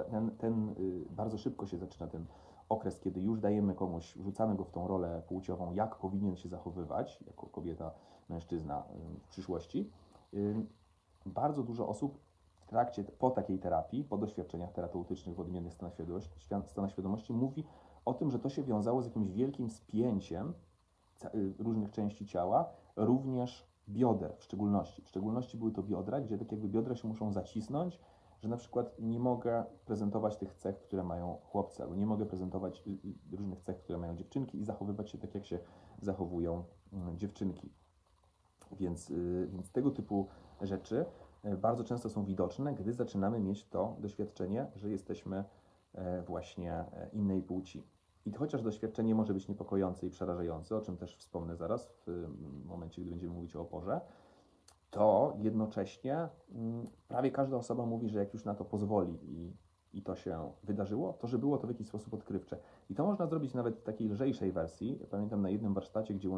bardzo szybko się zaczyna ten okres, kiedy już dajemy komuś, wrzucamy go w tą rolę płciową, jak powinien się zachowywać jako kobieta, mężczyzna w przyszłości. Bardzo dużo osób po takiej terapii, po doświadczeniach terapeutycznych w odmiennych stanach świadomości mówi o tym, że to się wiązało z jakimś wielkim spięciem różnych części ciała, również bioder w szczególności. W szczególności były to biodra, gdzie tak jakby biodra się muszą zacisnąć, że na przykład nie mogę prezentować tych cech, które mają chłopcy, albo nie mogę prezentować różnych cech, które mają dziewczynki i zachowywać się tak, jak się zachowują dziewczynki. Więc tego typu rzeczy bardzo często są widoczne, gdy zaczynamy mieć to doświadczenie, że jesteśmy właśnie innej płci. I chociaż doświadczenie może być niepokojące i przerażające, o czym też wspomnę zaraz w momencie, gdy będziemy mówić o oporze, to jednocześnie prawie każda osoba mówi, że jak już na to pozwoli i to się wydarzyło, to że było to w jakiś sposób odkrywcze. I to można zrobić nawet w takiej lżejszej wersji. Pamiętam na jednym warsztacie, gdzie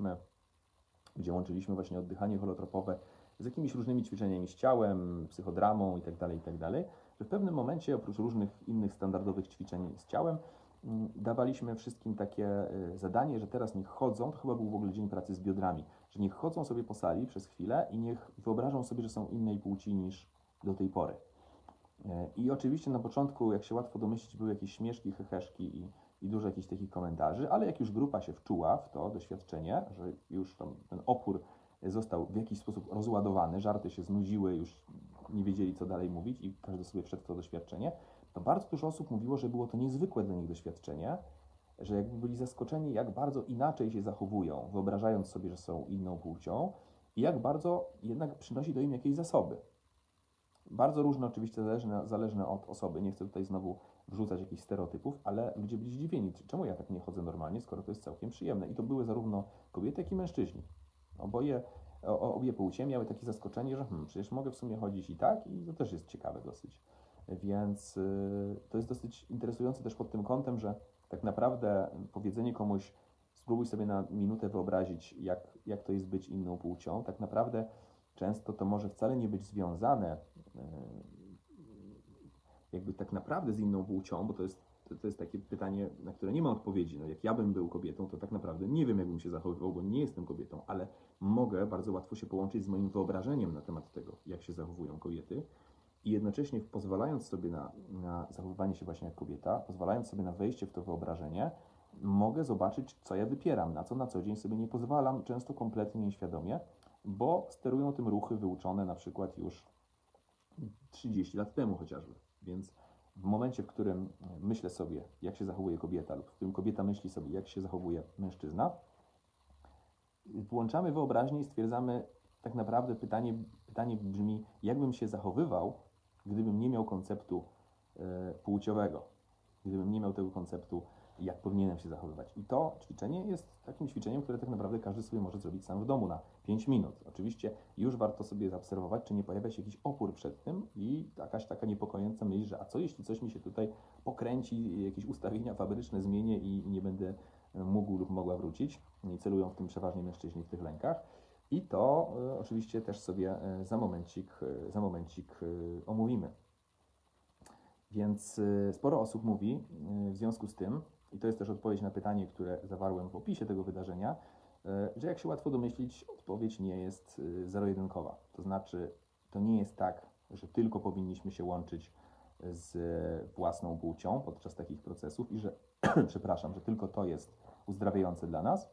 łączyliśmy właśnie oddychanie holotropowe z jakimiś różnymi ćwiczeniami z ciałem, psychodramą itd., że w pewnym momencie oprócz różnych innych standardowych ćwiczeń z ciałem dawaliśmy wszystkim takie zadanie, że teraz niech chodzą, to chyba był w ogóle dzień pracy z biodrami, że niech chodzą sobie po sali przez chwilę i niech wyobrażą sobie, że są innej płci niż do tej pory. I oczywiście na początku, jak się łatwo domyślić, były jakieś śmieszki, heheszki i dużo jakichś takich komentarzy, ale jak już grupa się wczuła w to doświadczenie, że już tam ten opór został w jakiś sposób rozładowany, żarty się znudziły, już nie wiedzieli, co dalej mówić i każdy sobie wszedł w to doświadczenie, to bardzo dużo osób mówiło, że było to niezwykłe dla nich doświadczenie, że jakby byli zaskoczeni, jak bardzo inaczej się zachowują, wyobrażając sobie, że są inną płcią i jak bardzo jednak przynosi to im jakieś zasoby. Bardzo różne oczywiście, zależne od osoby, nie chcę tutaj znowu wrzucać jakichś stereotypów, ale ludzie byli zdziwieni, czemu ja tak nie chodzę normalnie, skoro to jest całkiem przyjemne. I to były zarówno kobiety, jak i mężczyźni. Obie płcie miały takie zaskoczenie, że przecież mogę w sumie chodzić i tak, i to też jest ciekawe dosyć. Więc to jest dosyć interesujące też pod tym kątem, że tak naprawdę powiedzenie komuś spróbuj sobie na minutę wyobrazić, jak to jest być inną płcią. Tak naprawdę często to może wcale nie być związane jakby tak naprawdę z inną płcią, bo to jest takie pytanie, na które nie ma odpowiedzi. No, jak ja bym był kobietą, to tak naprawdę nie wiem, jak bym się zachowywał, bo nie jestem kobietą, ale mogę bardzo łatwo się połączyć z moim wyobrażeniem na temat tego, jak się zachowują kobiety. I jednocześnie pozwalając sobie na zachowywanie się właśnie jak kobieta, pozwalając sobie na wejście w to wyobrażenie, mogę zobaczyć, co ja wypieram, na co na co dzień sobie nie pozwalam, często kompletnie nieświadomie, bo sterują tym ruchy wyuczone na przykład już 30 lat temu chociażby. Więc w momencie, w którym myślę sobie, jak się zachowuje kobieta, lub w którym kobieta myśli sobie, jak się zachowuje mężczyzna, włączamy wyobraźnię i stwierdzamy, tak naprawdę pytanie brzmi, jak bym się zachowywał, gdybym nie miał konceptu płciowego, gdybym nie miał tego konceptu, jak powinienem się zachowywać. I to ćwiczenie jest takim ćwiczeniem, które tak naprawdę każdy sobie może zrobić sam w domu na 5 minut. Oczywiście już warto sobie zaobserwować, czy nie pojawia się jakiś opór przed tym i jakaś taka niepokojąca myśl, że a co jeśli coś mi się tutaj pokręci, jakieś ustawienia fabryczne zmienię i nie będę mógł lub mogła wrócić. I celują w tym przeważnie mężczyźni w tych lękach. I to oczywiście też sobie za momencik omówimy. Więc sporo osób mówi w związku z tym, i to jest też odpowiedź na pytanie, które zawarłem w opisie tego wydarzenia, że jak się łatwo domyślić, odpowiedź nie jest zero-jedynkowa. To znaczy, to nie jest tak, że tylko powinniśmy się łączyć z własną płcią podczas takich procesów i że, przepraszam, że tylko to jest uzdrawiające dla nas.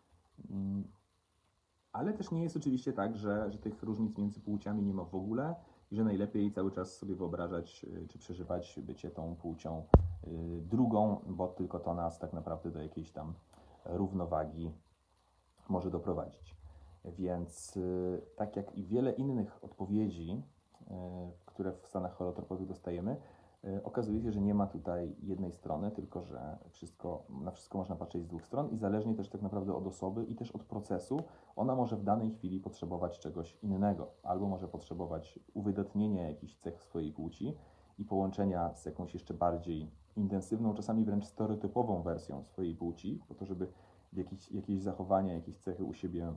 Ale też nie jest oczywiście tak, że tych różnic między płciami nie ma w ogóle i że najlepiej cały czas sobie wyobrażać czy przeżywać bycie tą płcią drugą, bo tylko to nas tak naprawdę do jakiejś tam równowagi może doprowadzić. Więc tak jak i wiele innych odpowiedzi, które w stanach holotropowych dostajemy, okazuje się, że nie ma tutaj jednej strony, tylko że na wszystko można patrzeć z dwóch stron i zależnie też tak naprawdę od osoby i też od procesu, ona może w danej chwili potrzebować czegoś innego, albo może potrzebować uwydatnienia jakichś cech swojej płci i połączenia z jakąś jeszcze bardziej intensywną, czasami wręcz stereotypową wersją swojej płci, po to, żeby jakieś zachowania, jakieś cechy u siebie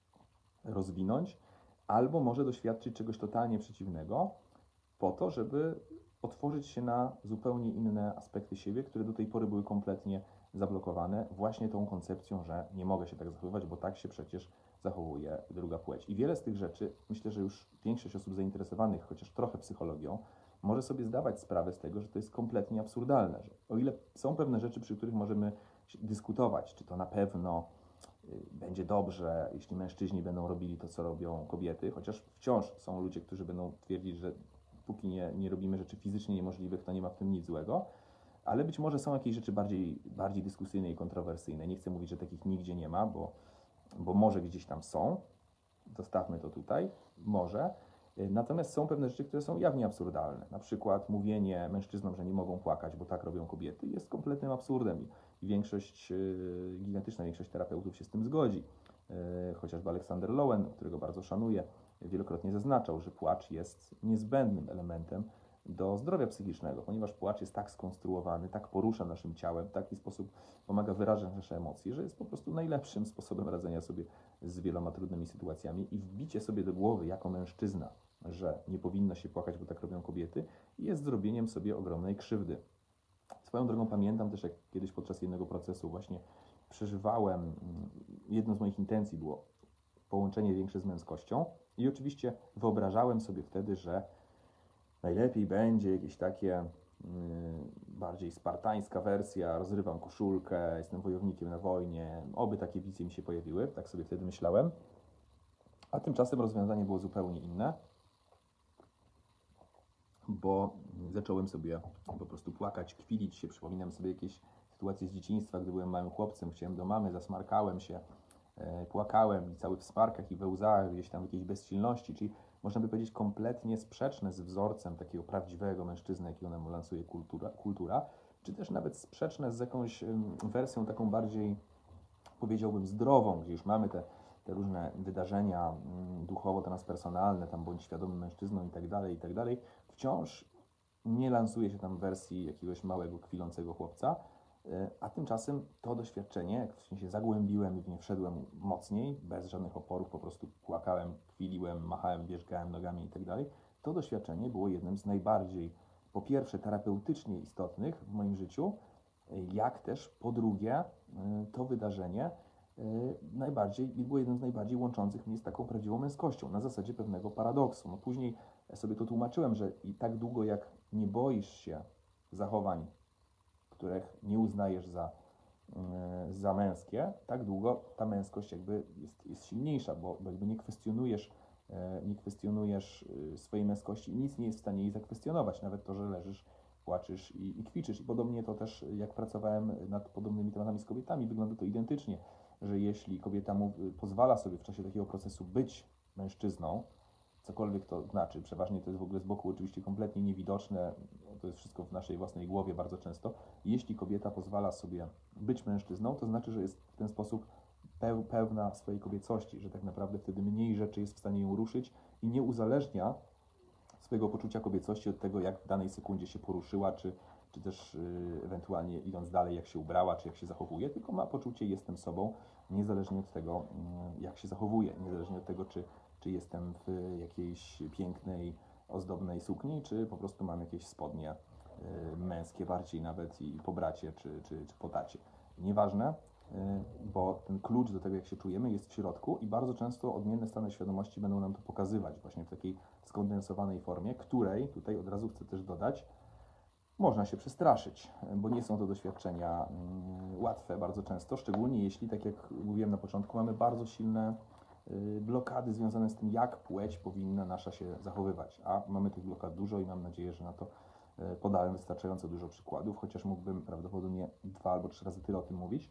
rozwinąć, albo może doświadczyć czegoś totalnie przeciwnego, po to, żeby otworzyć się na zupełnie inne aspekty siebie, które do tej pory były kompletnie zablokowane właśnie tą koncepcją, że nie mogę się tak zachowywać, bo tak się przecież zachowuje druga płeć. I wiele z tych rzeczy, myślę, że już większość osób zainteresowanych chociaż trochę psychologią, może sobie zdawać sprawę z tego, że to jest kompletnie absurdalne, że o ile są pewne rzeczy, przy których możemy dyskutować, czy to na pewno będzie dobrze, jeśli mężczyźni będą robili to, co robią kobiety, chociaż wciąż są ludzie, którzy będą twierdzić, że póki nie robimy rzeczy fizycznie niemożliwych, to nie ma w tym nic złego, ale być może są jakieś rzeczy bardziej dyskusyjne i kontrowersyjne. Nie chcę mówić, że takich nigdzie nie ma, bo może gdzieś tam są, zostawmy to tutaj, może. Natomiast są pewne rzeczy, które są jawnie absurdalne. Na przykład mówienie mężczyznom, że nie mogą płakać, bo tak robią kobiety, jest kompletnym absurdem i gigantyczna większość terapeutów się z tym zgodzi. Chociażby Alexander Lowen, którego bardzo szanuję, wielokrotnie zaznaczał, że płacz jest niezbędnym elementem do zdrowia psychicznego, ponieważ płacz jest tak skonstruowany, tak porusza naszym ciałem, w taki sposób pomaga wyrażać nasze emocje, że jest po prostu najlepszym sposobem radzenia sobie z wieloma trudnymi sytuacjami i wbicie sobie do głowy jako mężczyzna, że nie powinno się płakać, bo tak robią kobiety, jest zrobieniem sobie ogromnej krzywdy. Swoją drogą pamiętam też, jak kiedyś podczas jednego procesu właśnie przeżywałem, jedną z moich intencji było połączenie większe z męskością i oczywiście wyobrażałem sobie wtedy, że najlepiej będzie jakieś takie bardziej spartańska wersja, rozrywam koszulkę, jestem wojownikiem na wojnie, oby takie wizje mi się pojawiły, tak sobie wtedy myślałem. A tymczasem rozwiązanie było zupełnie inne, bo zacząłem sobie po prostu płakać, kwilić się, przypominam sobie jakieś sytuacje z dzieciństwa, gdy byłem małym chłopcem, chciałem do mamy, zasmarkałem się, płakałem i cały w smarkach i we łzach, gdzieś tam w jakiejś bezsilności, czyli można by powiedzieć kompletnie sprzeczne z wzorcem takiego prawdziwego mężczyzny, jakiego nam lansuje kultura, czy też nawet sprzeczne z jakąś wersją taką bardziej, powiedziałbym, zdrową, gdzie już mamy te różne wydarzenia duchowo-transpersonalne, tam bądź świadomym mężczyzną i tak dalej, wciąż nie lansuje się tam wersji jakiegoś małego, kwilącego chłopca, A tymczasem to doświadczenie, jak się zagłębiłem i w nie wszedłem mocniej, bez żadnych oporów, po prostu płakałem, kwiliłem, machałem, wierzgałem nogami i tak dalej, to doświadczenie było jednym z najbardziej, po pierwsze, terapeutycznie istotnych w moim życiu, jak też po drugie, to wydarzenie było jednym z najbardziej łączących mnie z taką prawdziwą męskością, na zasadzie pewnego paradoksu. No później sobie to tłumaczyłem, że i tak długo jak nie boisz się zachowań, których nie uznajesz za męskie, tak długo ta męskość jakby jest silniejsza, bo jakby nie kwestionujesz swojej męskości i nic nie jest w stanie jej zakwestionować, nawet to, że leżysz, płaczesz i kwiczysz. I podobnie to też, jak pracowałem nad podobnymi tematami z kobietami, wygląda to identycznie, że jeśli kobieta pozwala sobie w czasie takiego procesu być mężczyzną, cokolwiek to znaczy, przeważnie to jest w ogóle z boku oczywiście kompletnie niewidoczne, to jest wszystko w naszej własnej głowie bardzo często. Jeśli kobieta pozwala sobie być mężczyzną, to znaczy, że jest w ten sposób pełna swojej kobiecości, że tak naprawdę wtedy mniej rzeczy jest w stanie ją ruszyć i nie uzależnia swojego poczucia kobiecości od tego, jak w danej sekundzie się poruszyła, czy też ewentualnie idąc dalej, jak się ubrała, czy jak się zachowuje, tylko ma poczucie jestem sobą, niezależnie od tego, jak się zachowuje, niezależnie od tego, czy jestem w jakiejś pięknej, ozdobnej sukni, czy po prostu mam jakieś spodnie męskie bardziej nawet i po bracie, czy po tacie. Nieważne, bo ten klucz do tego, jak się czujemy, jest w środku i bardzo często odmienne stany świadomości będą nam to pokazywać właśnie w takiej skondensowanej formie, której, tutaj od razu chcę też dodać, można się przestraszyć, bo nie są to doświadczenia łatwe bardzo często, szczególnie jeśli, tak jak mówiłem na początku, mamy bardzo silne blokady związane z tym, jak płeć powinna nasza się zachowywać. A mamy tych blokad dużo i mam nadzieję, że na to podałem wystarczająco dużo przykładów, chociaż mógłbym prawdopodobnie 2 albo 3 razy tyle o tym mówić.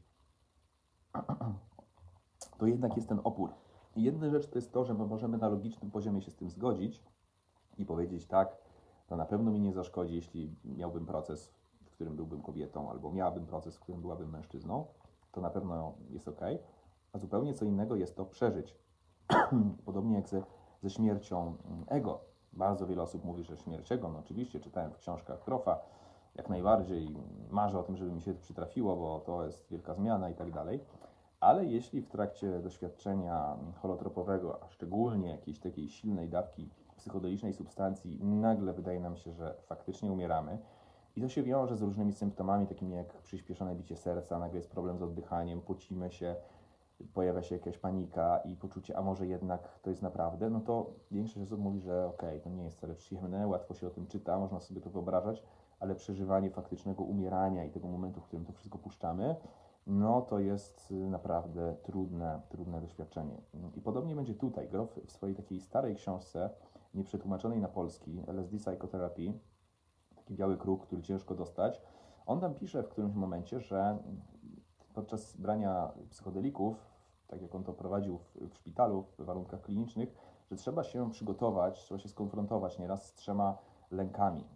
To jednak jest ten opór. I jedna rzecz to jest to, że my możemy na logicznym poziomie się z tym zgodzić i powiedzieć tak, to na pewno mi nie zaszkodzi, jeśli miałbym proces, w którym byłbym kobietą, albo miałabym proces, w którym byłabym mężczyzną, to na pewno jest ok. A zupełnie co innego jest to przeżyć. Podobnie jak ze śmiercią ego. Bardzo wiele osób mówi, że śmierć ego, no oczywiście czytałem w książkach Krofa, jak najbardziej, marzę o tym, żeby mi się to przytrafiło, bo to jest wielka zmiana i tak dalej. Ale jeśli w trakcie doświadczenia holotropowego, a szczególnie jakiejś takiej silnej dawki psychodelicznej substancji, nagle wydaje nam się, że faktycznie umieramy, i to się wiąże z różnymi symptomami, takimi jak przyspieszone bicie serca, nagle jest problem z oddychaniem, pocimy się, pojawia się jakaś panika i poczucie, a może jednak to jest naprawdę, no to większość osób mówi, że okej, to nie jest wcale przyjemne, łatwo się o tym czyta, można sobie to wyobrażać, ale przeżywanie faktycznego umierania i tego momentu, w którym to wszystko puszczamy, no to jest naprawdę trudne doświadczenie. I podobnie będzie tutaj. Grof w swojej takiej starej książce, nieprzetłumaczonej na polski, LSD Psychotherapy, taki biały kruk, który ciężko dostać, on tam pisze w którymś momencie, że podczas brania psychodelików, tak jak on to prowadził w szpitalu, w warunkach klinicznych, że trzeba się przygotować, trzeba się skonfrontować nieraz z 3 lękami.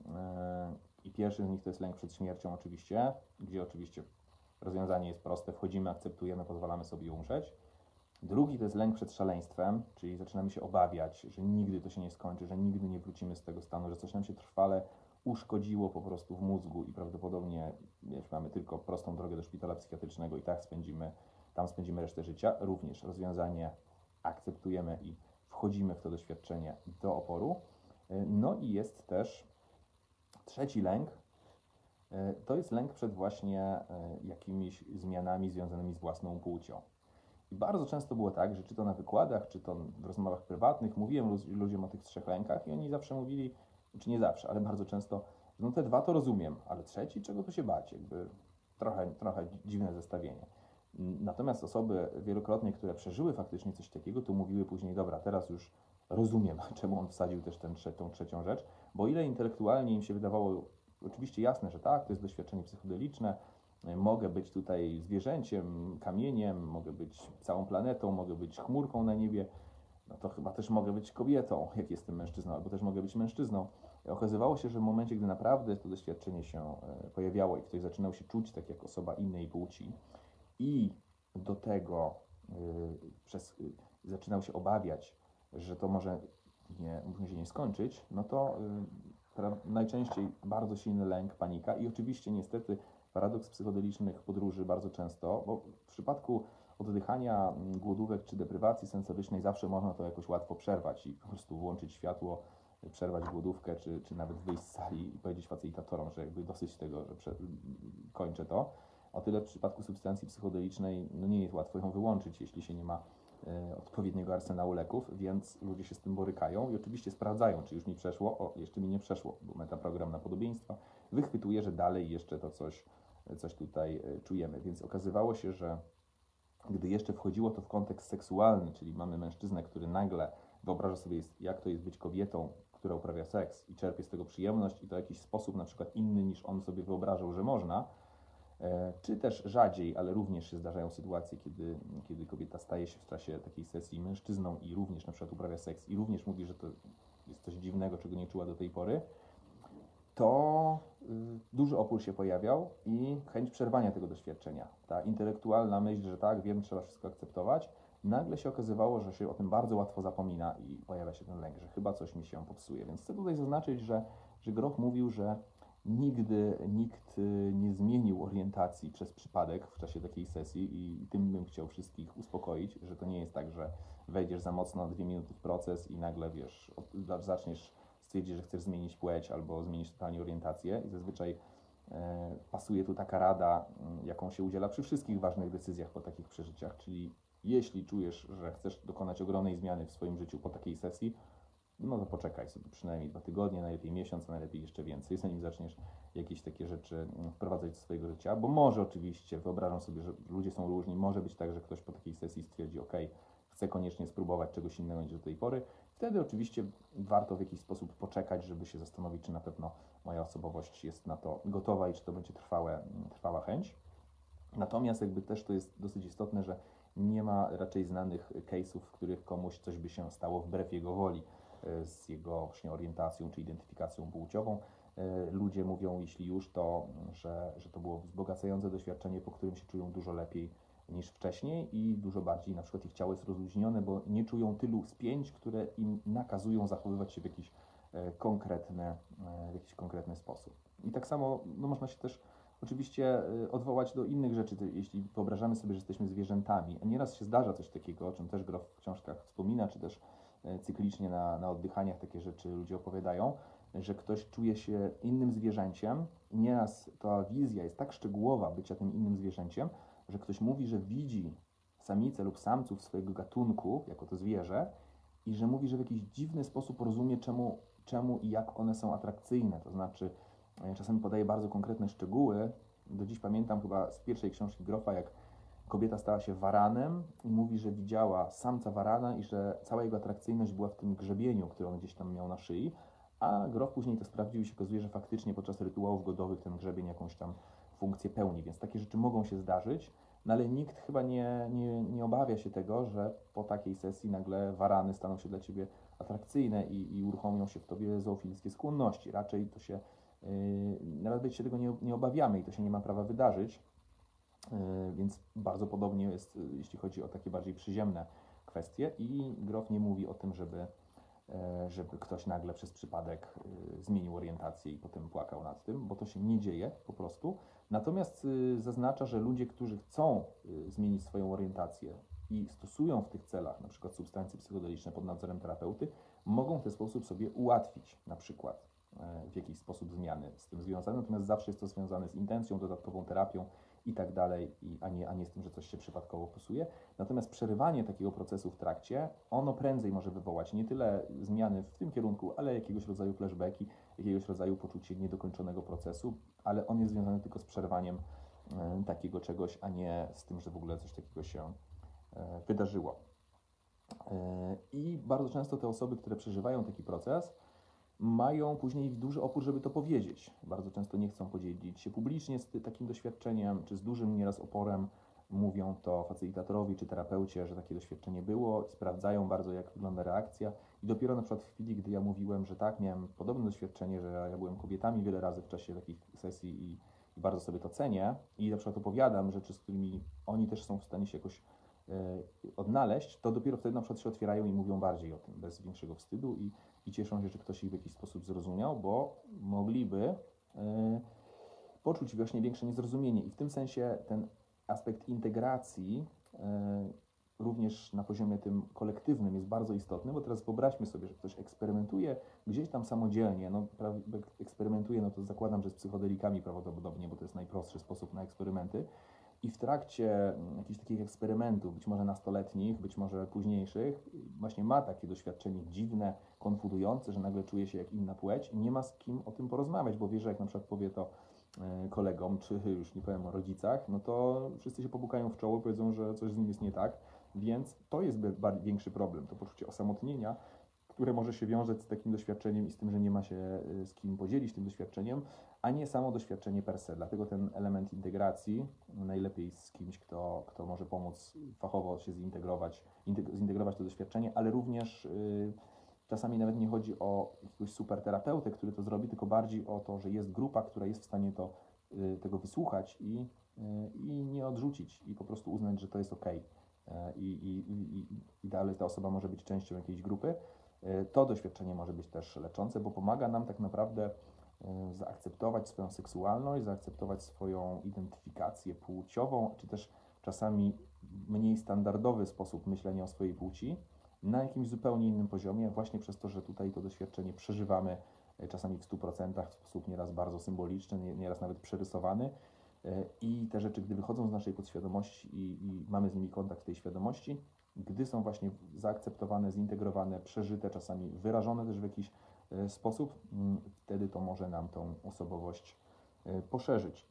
I pierwszy z nich to jest lęk przed śmiercią oczywiście, gdzie oczywiście rozwiązanie jest proste, wchodzimy, akceptujemy, pozwalamy sobie umrzeć. Drugi to jest lęk przed szaleństwem, czyli zaczynamy się obawiać, że nigdy to się nie skończy, że nigdy nie wrócimy z tego stanu, że coś nam się trwale uszkodziło po prostu w mózgu i prawdopodobnie mamy tylko prostą drogę do szpitala psychiatrycznego i tam spędzimy resztę życia. Również rozwiązanie akceptujemy i wchodzimy w to doświadczenie do oporu. No i jest też trzeci lęk, to jest lęk przed właśnie jakimiś zmianami związanymi z własną płcią. I bardzo często było tak, że czy to na wykładach, czy to w rozmowach prywatnych mówiłem ludziom o tych 3 lękach i oni zawsze mówili, czy nie zawsze, ale bardzo często, że no te 2 to rozumiem, ale trzeci, czego tu się bać? Jakby trochę dziwne zestawienie. Natomiast osoby wielokrotnie, które przeżyły faktycznie coś takiego, to mówiły później, dobra, teraz już rozumiem, czemu on wsadził też tą trzecią rzecz, bo o ile intelektualnie im się wydawało oczywiście jasne, że tak, to jest doświadczenie psychodeliczne, mogę być tutaj zwierzęciem, kamieniem, mogę być całą planetą, mogę być chmurką na niebie, no to chyba też mogę być kobietą, jak jestem mężczyzną, albo też mogę być mężczyzną. Okazywało się, że w momencie, gdy naprawdę to doświadczenie się pojawiało i ktoś zaczynał się czuć tak jak osoba innej płci i do tego zaczynał się obawiać, że to może się nie skończyć, no to najczęściej bardzo silny lęk, panika i oczywiście niestety Paradoks psychodelicznych podróży bardzo często, bo w przypadku oddychania, głodówek czy deprywacji sensorycznej zawsze można to jakoś łatwo przerwać i po prostu włączyć światło, przerwać głodówkę, czy nawet wyjść z sali i powiedzieć facylitatorom, że jakby dosyć tego, że kończę to. O tyle w przypadku substancji psychodelicznej no nie jest łatwo ją wyłączyć, jeśli się nie ma odpowiedniego arsenału leków, więc ludzie się z tym borykają i oczywiście sprawdzają, czy już mi przeszło, jeszcze mi nie przeszło, bo metaprogram na podobieństwa wychwytuje, że dalej jeszcze to coś tutaj czujemy, więc okazywało się, że gdy jeszcze wchodziło to w kontekst seksualny, czyli mamy mężczyznę, który nagle wyobraża sobie, jak to jest być kobietą, która uprawia seks i czerpie z tego przyjemność i to w jakiś sposób na przykład inny niż on sobie wyobrażał, że można, czy też rzadziej, ale również się zdarzają sytuacje, kiedy kobieta staje się w czasie takiej sesji mężczyzną i również na przykład uprawia seks i również mówi, że to jest coś dziwnego, czego nie czuła do tej pory, to duży opór się pojawiał i chęć przerwania tego doświadczenia. Ta intelektualna myśl, że tak, wiem, trzeba wszystko akceptować, nagle się okazywało, że się o tym bardzo łatwo zapomina i pojawia się ten lęk, że chyba coś mi się popsuje. Więc chcę tutaj zaznaczyć, że Grof mówił, że nigdy nikt nie zmienił orientacji przez przypadek w czasie takiej sesji i tym bym chciał wszystkich uspokoić, że to nie jest tak, że wejdziesz za mocno na 2 minuty w proces i nagle, wiesz, zaczniesz stwierdzić, że chcesz zmienić płeć albo zmienić totalnie orientację i zazwyczaj pasuje tu taka rada, jaką się udziela przy wszystkich ważnych decyzjach po takich przeżyciach, czyli jeśli czujesz, że chcesz dokonać ogromnej zmiany w swoim życiu po takiej sesji, no to poczekaj sobie przynajmniej 2 tygodnie, najlepiej miesiąc, a najlepiej jeszcze więcej, zanim zaczniesz jakieś takie rzeczy wprowadzać do swojego życia, bo może oczywiście, wyobrażam sobie, że ludzie są różni, może być tak, że ktoś po takiej sesji stwierdzi, ok, chcę koniecznie spróbować czegoś innego niż do tej pory. Wtedy oczywiście warto w jakiś sposób poczekać, żeby się zastanowić, czy na pewno moja osobowość jest na to gotowa i czy to będzie trwała chęć. Natomiast jakby też to jest dosyć istotne, że nie ma raczej znanych case'ów, w których komuś coś by się stało wbrew jego woli z jego właśnie orientacją czy identyfikacją płciową. Ludzie mówią, jeśli już, to, że to było wzbogacające doświadczenie, po którym się czują dużo lepiej niż wcześniej i dużo bardziej na przykład ich ciało jest rozluźnione, bo nie czują tylu spięć, które im nakazują zachowywać się w jakiś konkretny sposób. I tak samo no, można się też oczywiście odwołać do innych rzeczy, jeśli wyobrażamy sobie, że jesteśmy zwierzętami. Nieraz się zdarza coś takiego, o czym też Grof w książkach wspomina, czy też cyklicznie na oddychaniach takie rzeczy ludzie opowiadają, że ktoś czuje się innym zwierzęciem i nieraz ta wizja jest tak szczegółowa bycia tym innym zwierzęciem, że ktoś mówi, że widzi samicę lub samców swojego gatunku, jako to zwierzę, i że mówi, że w jakiś dziwny sposób rozumie, czemu i jak one są atrakcyjne. To znaczy, czasami podaje bardzo konkretne szczegóły. Do dziś pamiętam chyba z pierwszej książki Grofa, jak kobieta stała się waranem i mówi, że widziała samca warana i że cała jego atrakcyjność była w tym grzebieniu, który on gdzieś tam miał na szyi, a Grof później to sprawdził i się okazuje, że faktycznie podczas rytuałów godowych ten grzebień jakąś tam funkcję pełni, więc takie rzeczy mogą się zdarzyć, no ale nikt chyba nie obawia się tego, że po takiej sesji nagle warany staną się dla Ciebie atrakcyjne i uruchomią się w Tobie zoofilskie skłonności. Raczej to się, nawet się tego nie obawiamy i to się nie ma prawa wydarzyć, więc bardzo podobnie jest, jeśli chodzi o takie bardziej przyziemne kwestie i Grof nie mówi o tym, żeby ktoś nagle przez przypadek zmienił orientację i potem płakał nad tym, bo to się nie dzieje po prostu. Natomiast zaznacza, że ludzie, którzy chcą zmienić swoją orientację i stosują w tych celach na przykład substancje psychodeliczne pod nadzorem terapeuty, mogą w ten sposób sobie ułatwić na przykład w jakiś sposób zmiany z tym związane, natomiast zawsze jest to związane z intencją, dodatkową terapią i tak dalej, a nie z tym, że coś się przypadkowo posuje. Natomiast przerywanie takiego procesu w trakcie, ono prędzej może wywołać nie tyle zmiany w tym kierunku, ale jakiegoś rodzaju flashbacki, jakiegoś rodzaju poczucie niedokończonego procesu, ale on jest związany tylko z przerwaniem takiego czegoś, a nie z tym, że w ogóle coś takiego się wydarzyło. I bardzo często te osoby, które przeżywają taki proces, mają później duży opór, żeby to powiedzieć. Bardzo często nie chcą podzielić się publicznie z takim doświadczeniem, czy z dużym nieraz oporem mówią to facilitatorowi czy terapeucie, że takie doświadczenie było, sprawdzają bardzo, jak wygląda reakcja i dopiero na przykład w chwili, gdy ja mówiłem, że tak, miałem podobne doświadczenie, że ja byłem kobietami wiele razy w czasie takich sesji i bardzo sobie to cenię i na przykład opowiadam rzeczy, z którymi oni też są w stanie się jakoś odnaleźć, to dopiero wtedy na przykład się otwierają i mówią bardziej o tym, bez większego wstydu i cieszą się, że ktoś ich w jakiś sposób zrozumiał, bo mogliby poczuć właśnie większe niezrozumienie i w tym sensie ten aspekt integracji również na poziomie tym kolektywnym jest bardzo istotny, bo teraz wyobraźmy sobie, że ktoś eksperymentuje gdzieś tam samodzielnie, no eksperymentuje, no to zakładam, że z psychodelikami prawdopodobnie, bo to jest najprostszy sposób na eksperymenty i w trakcie jakichś takich eksperymentów, być może nastoletnich, być może późniejszych, właśnie ma takie doświadczenie dziwne, konfudujące, że nagle czuje się jak inna płeć i nie ma z kim o tym porozmawiać, bo wie, że jak na przykład powie to kolegom, czy już nie powiem o rodzicach, no to wszyscy się popukają w czoło, powiedzą, że coś z nim jest nie tak, więc to jest większy problem, to poczucie osamotnienia, które może się wiązać z takim doświadczeniem i z tym, że nie ma się z kim podzielić tym doświadczeniem, a nie samo doświadczenie per se. Dlatego ten element integracji, najlepiej z kimś, kto może pomóc fachowo się zintegrować to doświadczenie, ale również czasami nawet nie chodzi o jakiegoś super terapeutę, który to zrobi, tylko bardziej o to, że jest grupa, która jest w stanie tego wysłuchać i nie odrzucić i po prostu uznać, że to jest ok. I dalej ta osoba może być częścią jakiejś grupy. To doświadczenie może być też leczące, bo pomaga nam tak naprawdę zaakceptować swoją seksualność, zaakceptować swoją identyfikację płciową, czy też czasami mniej standardowy sposób myślenia o swojej płci na jakimś zupełnie innym poziomie, właśnie przez to, że tutaj to doświadczenie przeżywamy czasami w 100%, w sposób nieraz bardzo symboliczny, nieraz nawet przerysowany. I te rzeczy, gdy wychodzą z naszej podświadomości i mamy z nimi kontakt w tej świadomości, gdy są właśnie zaakceptowane, zintegrowane, przeżyte, czasami wyrażone też w jakiś sposób, wtedy to może nam tą osobowość poszerzyć.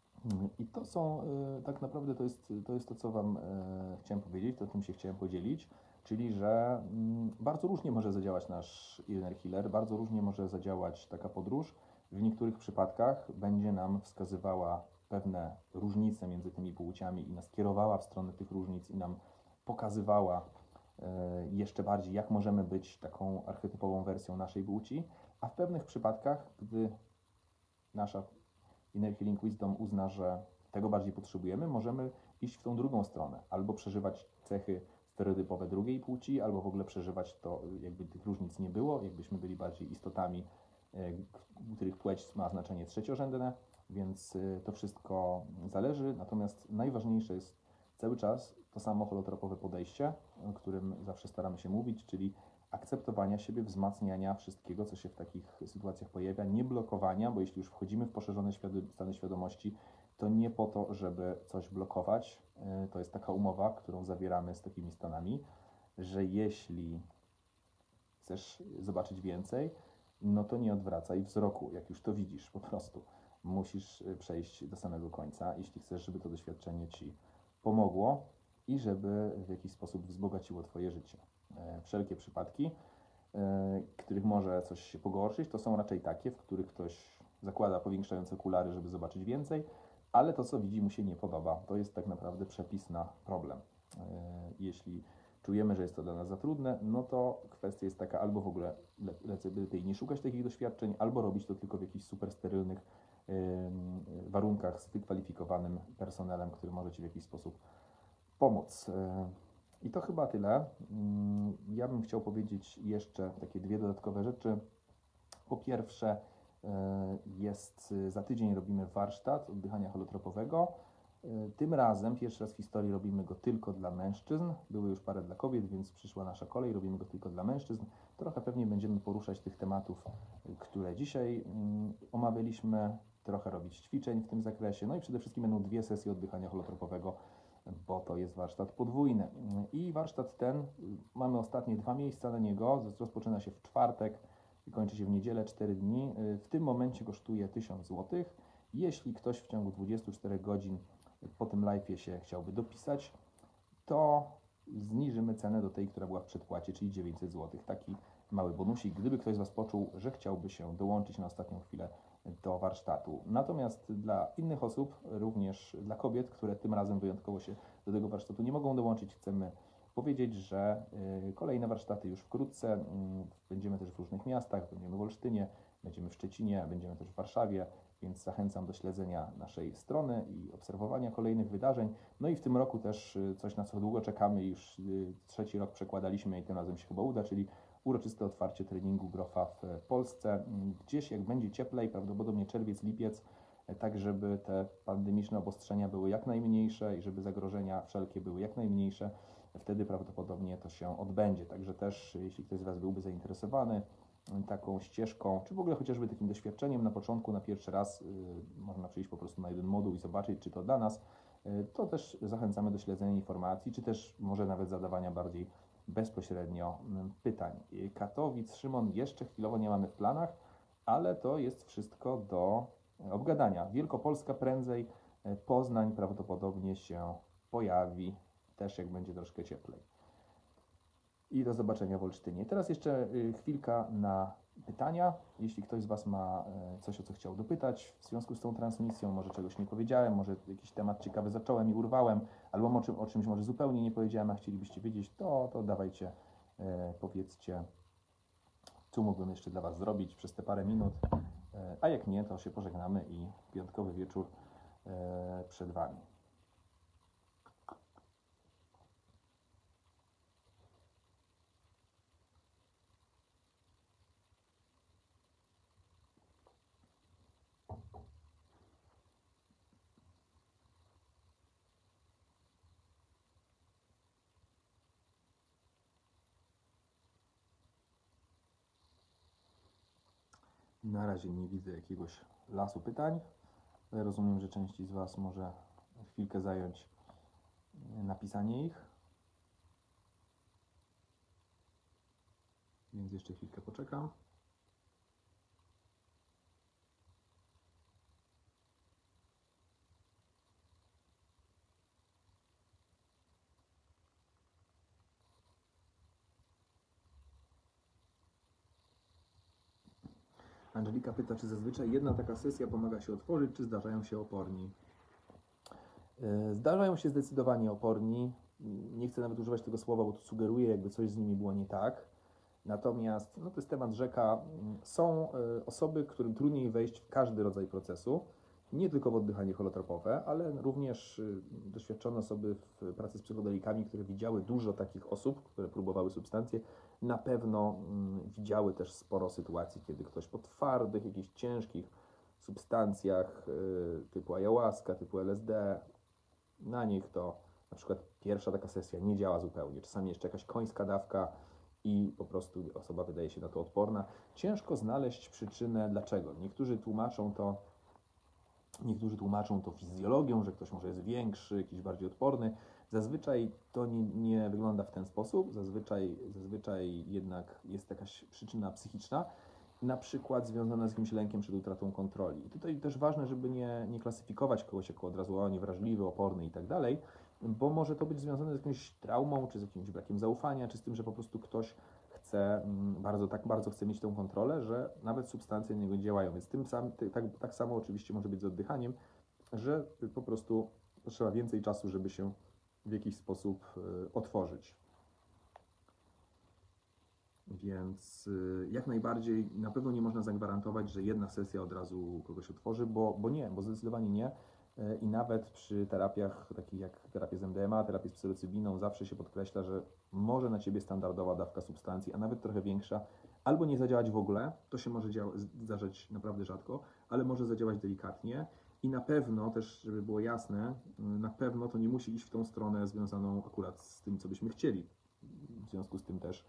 I to są, tak naprawdę to jest to, co Wam chciałem powiedzieć, to tym się chciałem podzielić, czyli że bardzo różnie może zadziałać nasz inner healer, bardzo różnie może zadziałać taka podróż. W niektórych przypadkach będzie nam wskazywała pewne różnice między tymi płciami i nas kierowała w stronę tych różnic i nam pokazywała jeszcze bardziej, jak możemy być taką archetypową wersją naszej płci, a w pewnych przypadkach, gdy nasza Inner Healing Wisdom uzna, że tego bardziej potrzebujemy, możemy iść w tą drugą stronę, albo przeżywać cechy stereotypowe drugiej płci, albo w ogóle przeżywać to, jakby tych różnic nie było, jakbyśmy byli bardziej istotami, u których płeć ma znaczenie trzeciorzędne, więc to wszystko zależy, natomiast najważniejsze jest cały czas to samo holotropowe podejście, o którym zawsze staramy się mówić, czyli akceptowania siebie, wzmacniania wszystkiego, co się w takich sytuacjach pojawia, nie blokowania, bo jeśli już wchodzimy w poszerzone stany świadomości, to nie po to, żeby coś blokować. To jest taka umowa, którą zawieramy z takimi stanami, że jeśli chcesz zobaczyć więcej, no to nie odwracaj wzroku, jak już to widzisz, po prostu. Musisz przejść do samego końca, jeśli chcesz, żeby to doświadczenie Ci pomogło i żeby w jakiś sposób wzbogaciło Twoje życie. Wszelkie przypadki, których może coś się pogorszyć, to są raczej takie, w których ktoś zakłada powiększające okulary, żeby zobaczyć więcej, ale to, co widzi, mu się nie podoba. To jest tak naprawdę przepis na problem. Jeśli czujemy, że jest to dla nas za trudne, no to kwestia jest taka, albo w ogóle lepiej nie szukać takich doświadczeń, albo robić to tylko w jakichś super sterylnych warunkach z wykwalifikowanym personelem, który może Ci w jakiś sposób pomóc. I to chyba tyle. Ja bym chciał powiedzieć jeszcze takie dwie dodatkowe rzeczy. Po pierwsze, za tydzień robimy warsztat oddychania holotropowego. Tym razem, pierwszy raz w historii robimy go tylko dla mężczyzn. Były już parę dla kobiet, więc przyszła nasza kolej, robimy go tylko dla mężczyzn. Trochę pewnie będziemy poruszać tych tematów, które dzisiaj omawialiśmy, trochę robić ćwiczeń w tym zakresie. No i przede wszystkim będą 2 sesje oddychania holotropowego, bo to jest warsztat podwójny. I warsztat ten, mamy ostatnie 2 miejsca na niego, rozpoczyna się w czwartek i kończy się w niedzielę, 4 dni. W tym momencie kosztuje 1000 zł. Jeśli ktoś w ciągu 24 godzin po tym live'ie się chciałby dopisać, to zniżymy cenę do tej, która była w przedpłacie, czyli 900 zł. Taki mały bonusik, gdyby ktoś z Was poczuł, że chciałby się dołączyć na ostatnią chwilę do warsztatu. Natomiast dla innych osób, również dla kobiet, które tym razem wyjątkowo się do tego warsztatu nie mogą dołączyć, chcemy powiedzieć, że kolejne warsztaty już wkrótce. Będziemy też w różnych miastach, będziemy w Olsztynie, będziemy w Szczecinie, będziemy też w Warszawie, więc zachęcam do śledzenia naszej strony i obserwowania kolejnych wydarzeń. No i w tym roku też coś, na co długo czekamy, już 3. rok przekładaliśmy i tym razem się chyba uda, czyli uroczyste otwarcie treningu Grofa w Polsce. Gdzieś jak będzie cieplej, prawdopodobnie czerwiec, lipiec, tak żeby te pandemiczne obostrzenia były jak najmniejsze i żeby zagrożenia wszelkie były jak najmniejsze. Wtedy prawdopodobnie to się odbędzie. Także też, jeśli ktoś z Was byłby zainteresowany taką ścieżką, czy w ogóle chociażby takim doświadczeniem na początku, na pierwszy raz, można przyjść po prostu na jeden moduł i zobaczyć, czy to dla nas, to też zachęcamy do śledzenia informacji, czy też może nawet zadawania bardziej bezpośrednio pytań. Katowic, Szymon, jeszcze chwilowo nie mamy w planach, ale to jest wszystko do obgadania. Wielkopolska prędzej, Poznań prawdopodobnie się pojawi, też jak będzie troszkę cieplej. I do zobaczenia w Olsztynie. Teraz jeszcze chwilka na pytania. Jeśli ktoś z Was ma coś, o co chciał dopytać w związku z tą transmisją, może czegoś nie powiedziałem, może jakiś temat ciekawy zacząłem i urwałem, albo o czymś może zupełnie nie powiedziałem, a chcielibyście wiedzieć, to dawajcie, powiedzcie, co mógłbym jeszcze dla Was zrobić przez te parę minut, a jak nie, to się pożegnamy i piątkowy wieczór przed Wami. Na razie nie widzę jakiegoś lasu pytań, ale rozumiem, że części z Was może chwilkę zająć napisanie ich. Więc jeszcze chwilkę poczekam. Angelika pyta, czy zazwyczaj jedna taka sesja pomaga się otworzyć, czy zdarzają się oporni? Zdarzają się zdecydowanie oporni. Nie chcę nawet używać tego słowa, bo to sugeruje, jakby coś z nimi było nie tak. Natomiast to jest temat rzeka. Są osoby, którym trudniej wejść w każdy rodzaj procesu, nie tylko w oddychanie holotropowe, ale również doświadczone osoby w pracy z psychodelikami, które widziały dużo takich osób, które próbowały substancje, na pewno widziały też sporo sytuacji, kiedy ktoś po twardych, jakichś ciężkich substancjach typu ayahuasca, typu LSD, na nich to na przykład pierwsza taka sesja nie działa zupełnie. Czasami jeszcze jakaś końska dawka i po prostu osoba wydaje się na to odporna. Ciężko znaleźć przyczynę dlaczego. Niektórzy tłumaczą to fizjologią, że ktoś może jest większy, jakiś bardziej odporny. Zazwyczaj to nie wygląda w ten sposób. Zazwyczaj jednak jest jakaś przyczyna psychiczna, na przykład związana z jakimś lękiem przed utratą kontroli. I tutaj też ważne, żeby nie klasyfikować kogoś jako od razu niewrażliwy, oporny i tak dalej, bo może to być związane z jakąś traumą, czy z jakimś brakiem zaufania, czy z tym, że po prostu ktoś chce, tak bardzo chce mieć tą kontrolę, że nawet substancje na niego działają. Więc tak samo oczywiście może być z oddychaniem, że po prostu potrzeba więcej czasu, żeby się w jakiś sposób otworzyć. Więc jak najbardziej na pewno nie można zagwarantować, że jedna sesja od razu kogoś otworzy, bo zdecydowanie nie. I nawet przy terapiach takich jak terapia z MDMA, terapia z psylocybiną zawsze się podkreśla, że może na Ciebie standardowa dawka substancji, a nawet trochę większa, albo nie zadziałać w ogóle, to się może zdarzać naprawdę rzadko, ale może zadziałać delikatnie i na pewno też, żeby było jasne, na pewno to nie musi iść w tą stronę związaną akurat z tym, co byśmy chcieli. W związku z tym też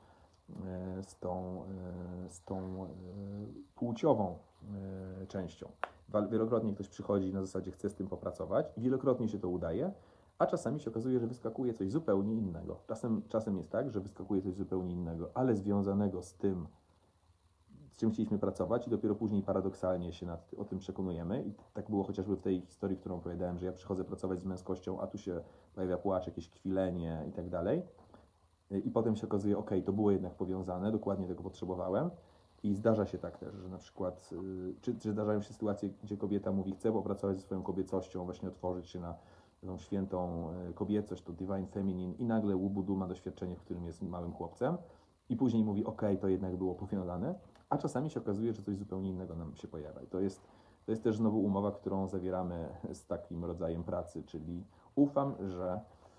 z tą płciową częścią. Wielokrotnie ktoś przychodzi na zasadzie chce z tym popracować i wielokrotnie się to udaje, a czasami się okazuje, że wyskakuje coś zupełnie innego. Czasem jest tak, że wyskakuje coś zupełnie innego, ale związanego z tym, z czym chcieliśmy pracować i dopiero później paradoksalnie się o tym przekonujemy. I tak było chociażby w tej historii, którą opowiadałem, że ja przychodzę pracować z męskością, a tu się pojawia płacz, jakieś kwilenie i tak dalej. I potem się okazuje, ok, to było jednak powiązane, dokładnie tego potrzebowałem. I zdarza się tak też, że na przykład, czy zdarzają się sytuacje, gdzie kobieta mówi, chcę popracować ze swoją kobiecością, właśnie otworzyć się na tą świętą kobiecość, to divine feminine i nagle łubudu ma doświadczenie, w którym jest małym chłopcem i później mówi, ok, to jednak było powiązane, a czasami się okazuje, że coś zupełnie innego nam się pojawia. I to jest też znowu umowa, którą zawieramy z takim rodzajem pracy, czyli ufam, że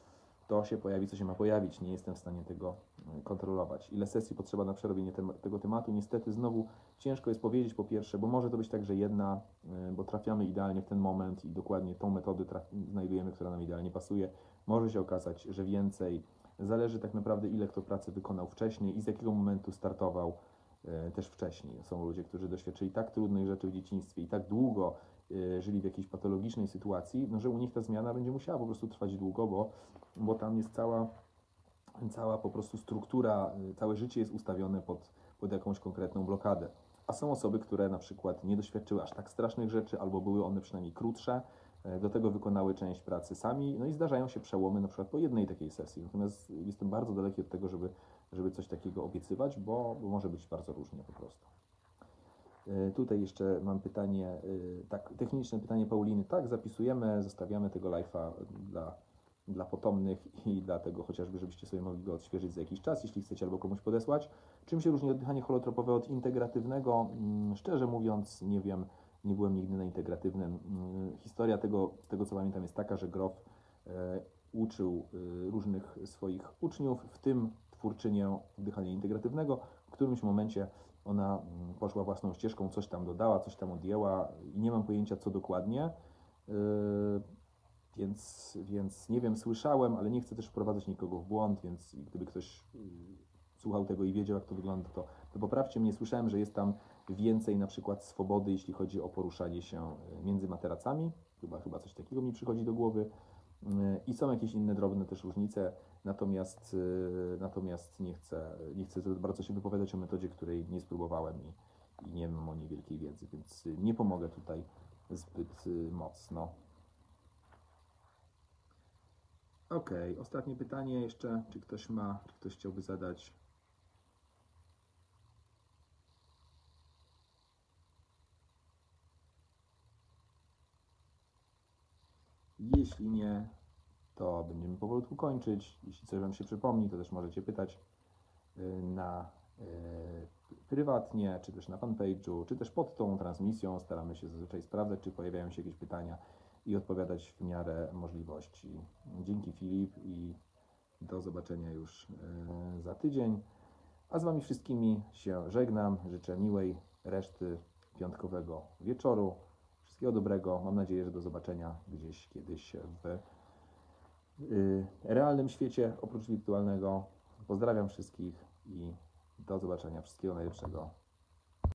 to się pojawi, co się ma pojawić. Nie jestem w stanie tego kontrolować. Ile sesji potrzeba na przerobienie tego tematu? Niestety znowu ciężko jest powiedzieć po pierwsze, bo może to być tak, że jedna, bo trafiamy idealnie w ten moment i dokładnie tą metodę znajdujemy, która nam idealnie pasuje. Może się okazać, że więcej. Zależy tak naprawdę, ile kto pracy wykonał wcześniej i z jakiego momentu startował też wcześniej. Są ludzie, którzy doświadczyli tak trudnych rzeczy w dzieciństwie i tak długo żyli w jakiejś patologicznej sytuacji, no, że u nich ta zmiana będzie musiała po prostu trwać długo, bo tam jest cała po prostu struktura, całe życie jest ustawione pod jakąś konkretną blokadę. A są osoby, które na przykład nie doświadczyły aż tak strasznych rzeczy, albo były one przynajmniej krótsze, do tego wykonały część pracy sami, no i zdarzają się przełomy na przykład po jednej takiej sesji. Natomiast jestem bardzo daleki od tego, żeby coś takiego obiecywać, bo może być bardzo różnie po prostu. Tutaj jeszcze mam pytanie, tak, techniczne pytanie Pauliny. Tak, zapisujemy, zostawiamy tego live'a dla potomnych i dlatego chociażby, żebyście sobie mogli go odświeżyć za jakiś czas, jeśli chcecie, albo komuś podesłać. Czym się różni oddychanie holotropowe od integratywnego? Szczerze mówiąc, nie wiem, nie byłem nigdy na integratywnym. Historia tego, co pamiętam, jest taka, że Grof uczył różnych swoich uczniów, w tym twórczynię oddychania integratywnego. W którymś momencie ona poszła własną ścieżką, coś tam dodała, coś tam odjęła i nie mam pojęcia, co dokładnie. Więc nie wiem, słyszałem, ale nie chcę też wprowadzać nikogo w błąd, więc gdyby ktoś słuchał tego i wiedział, jak to wygląda, to poprawcie mnie. Słyszałem, że jest tam więcej na przykład swobody, jeśli chodzi o poruszanie się między materacami. Chyba coś takiego mi przychodzi do głowy. I są jakieś inne drobne też różnice, natomiast nie chcę za bardzo się wypowiadać o metodzie, której nie spróbowałem i nie mam o niej wielkiej wiedzy, więc nie pomogę tutaj zbyt mocno. Ok, ostatnie pytanie jeszcze, czy ktoś chciałby zadać? Jeśli nie, to będziemy powolutku kończyć. Jeśli coś Wam się przypomni, to też możecie pytać prywatnie, czy też na fanpage'u, czy też pod tą transmisją. Staramy się zazwyczaj sprawdzać, czy pojawiają się jakieś pytania i odpowiadać w miarę możliwości. Dzięki Filip i do zobaczenia już za tydzień. A z Wami wszystkimi się żegnam. Życzę miłej reszty piątkowego wieczoru. Wszystkiego dobrego. Mam nadzieję, że do zobaczenia gdzieś kiedyś w realnym świecie, oprócz wirtualnego. Pozdrawiam wszystkich i do zobaczenia. Wszystkiego najlepszego.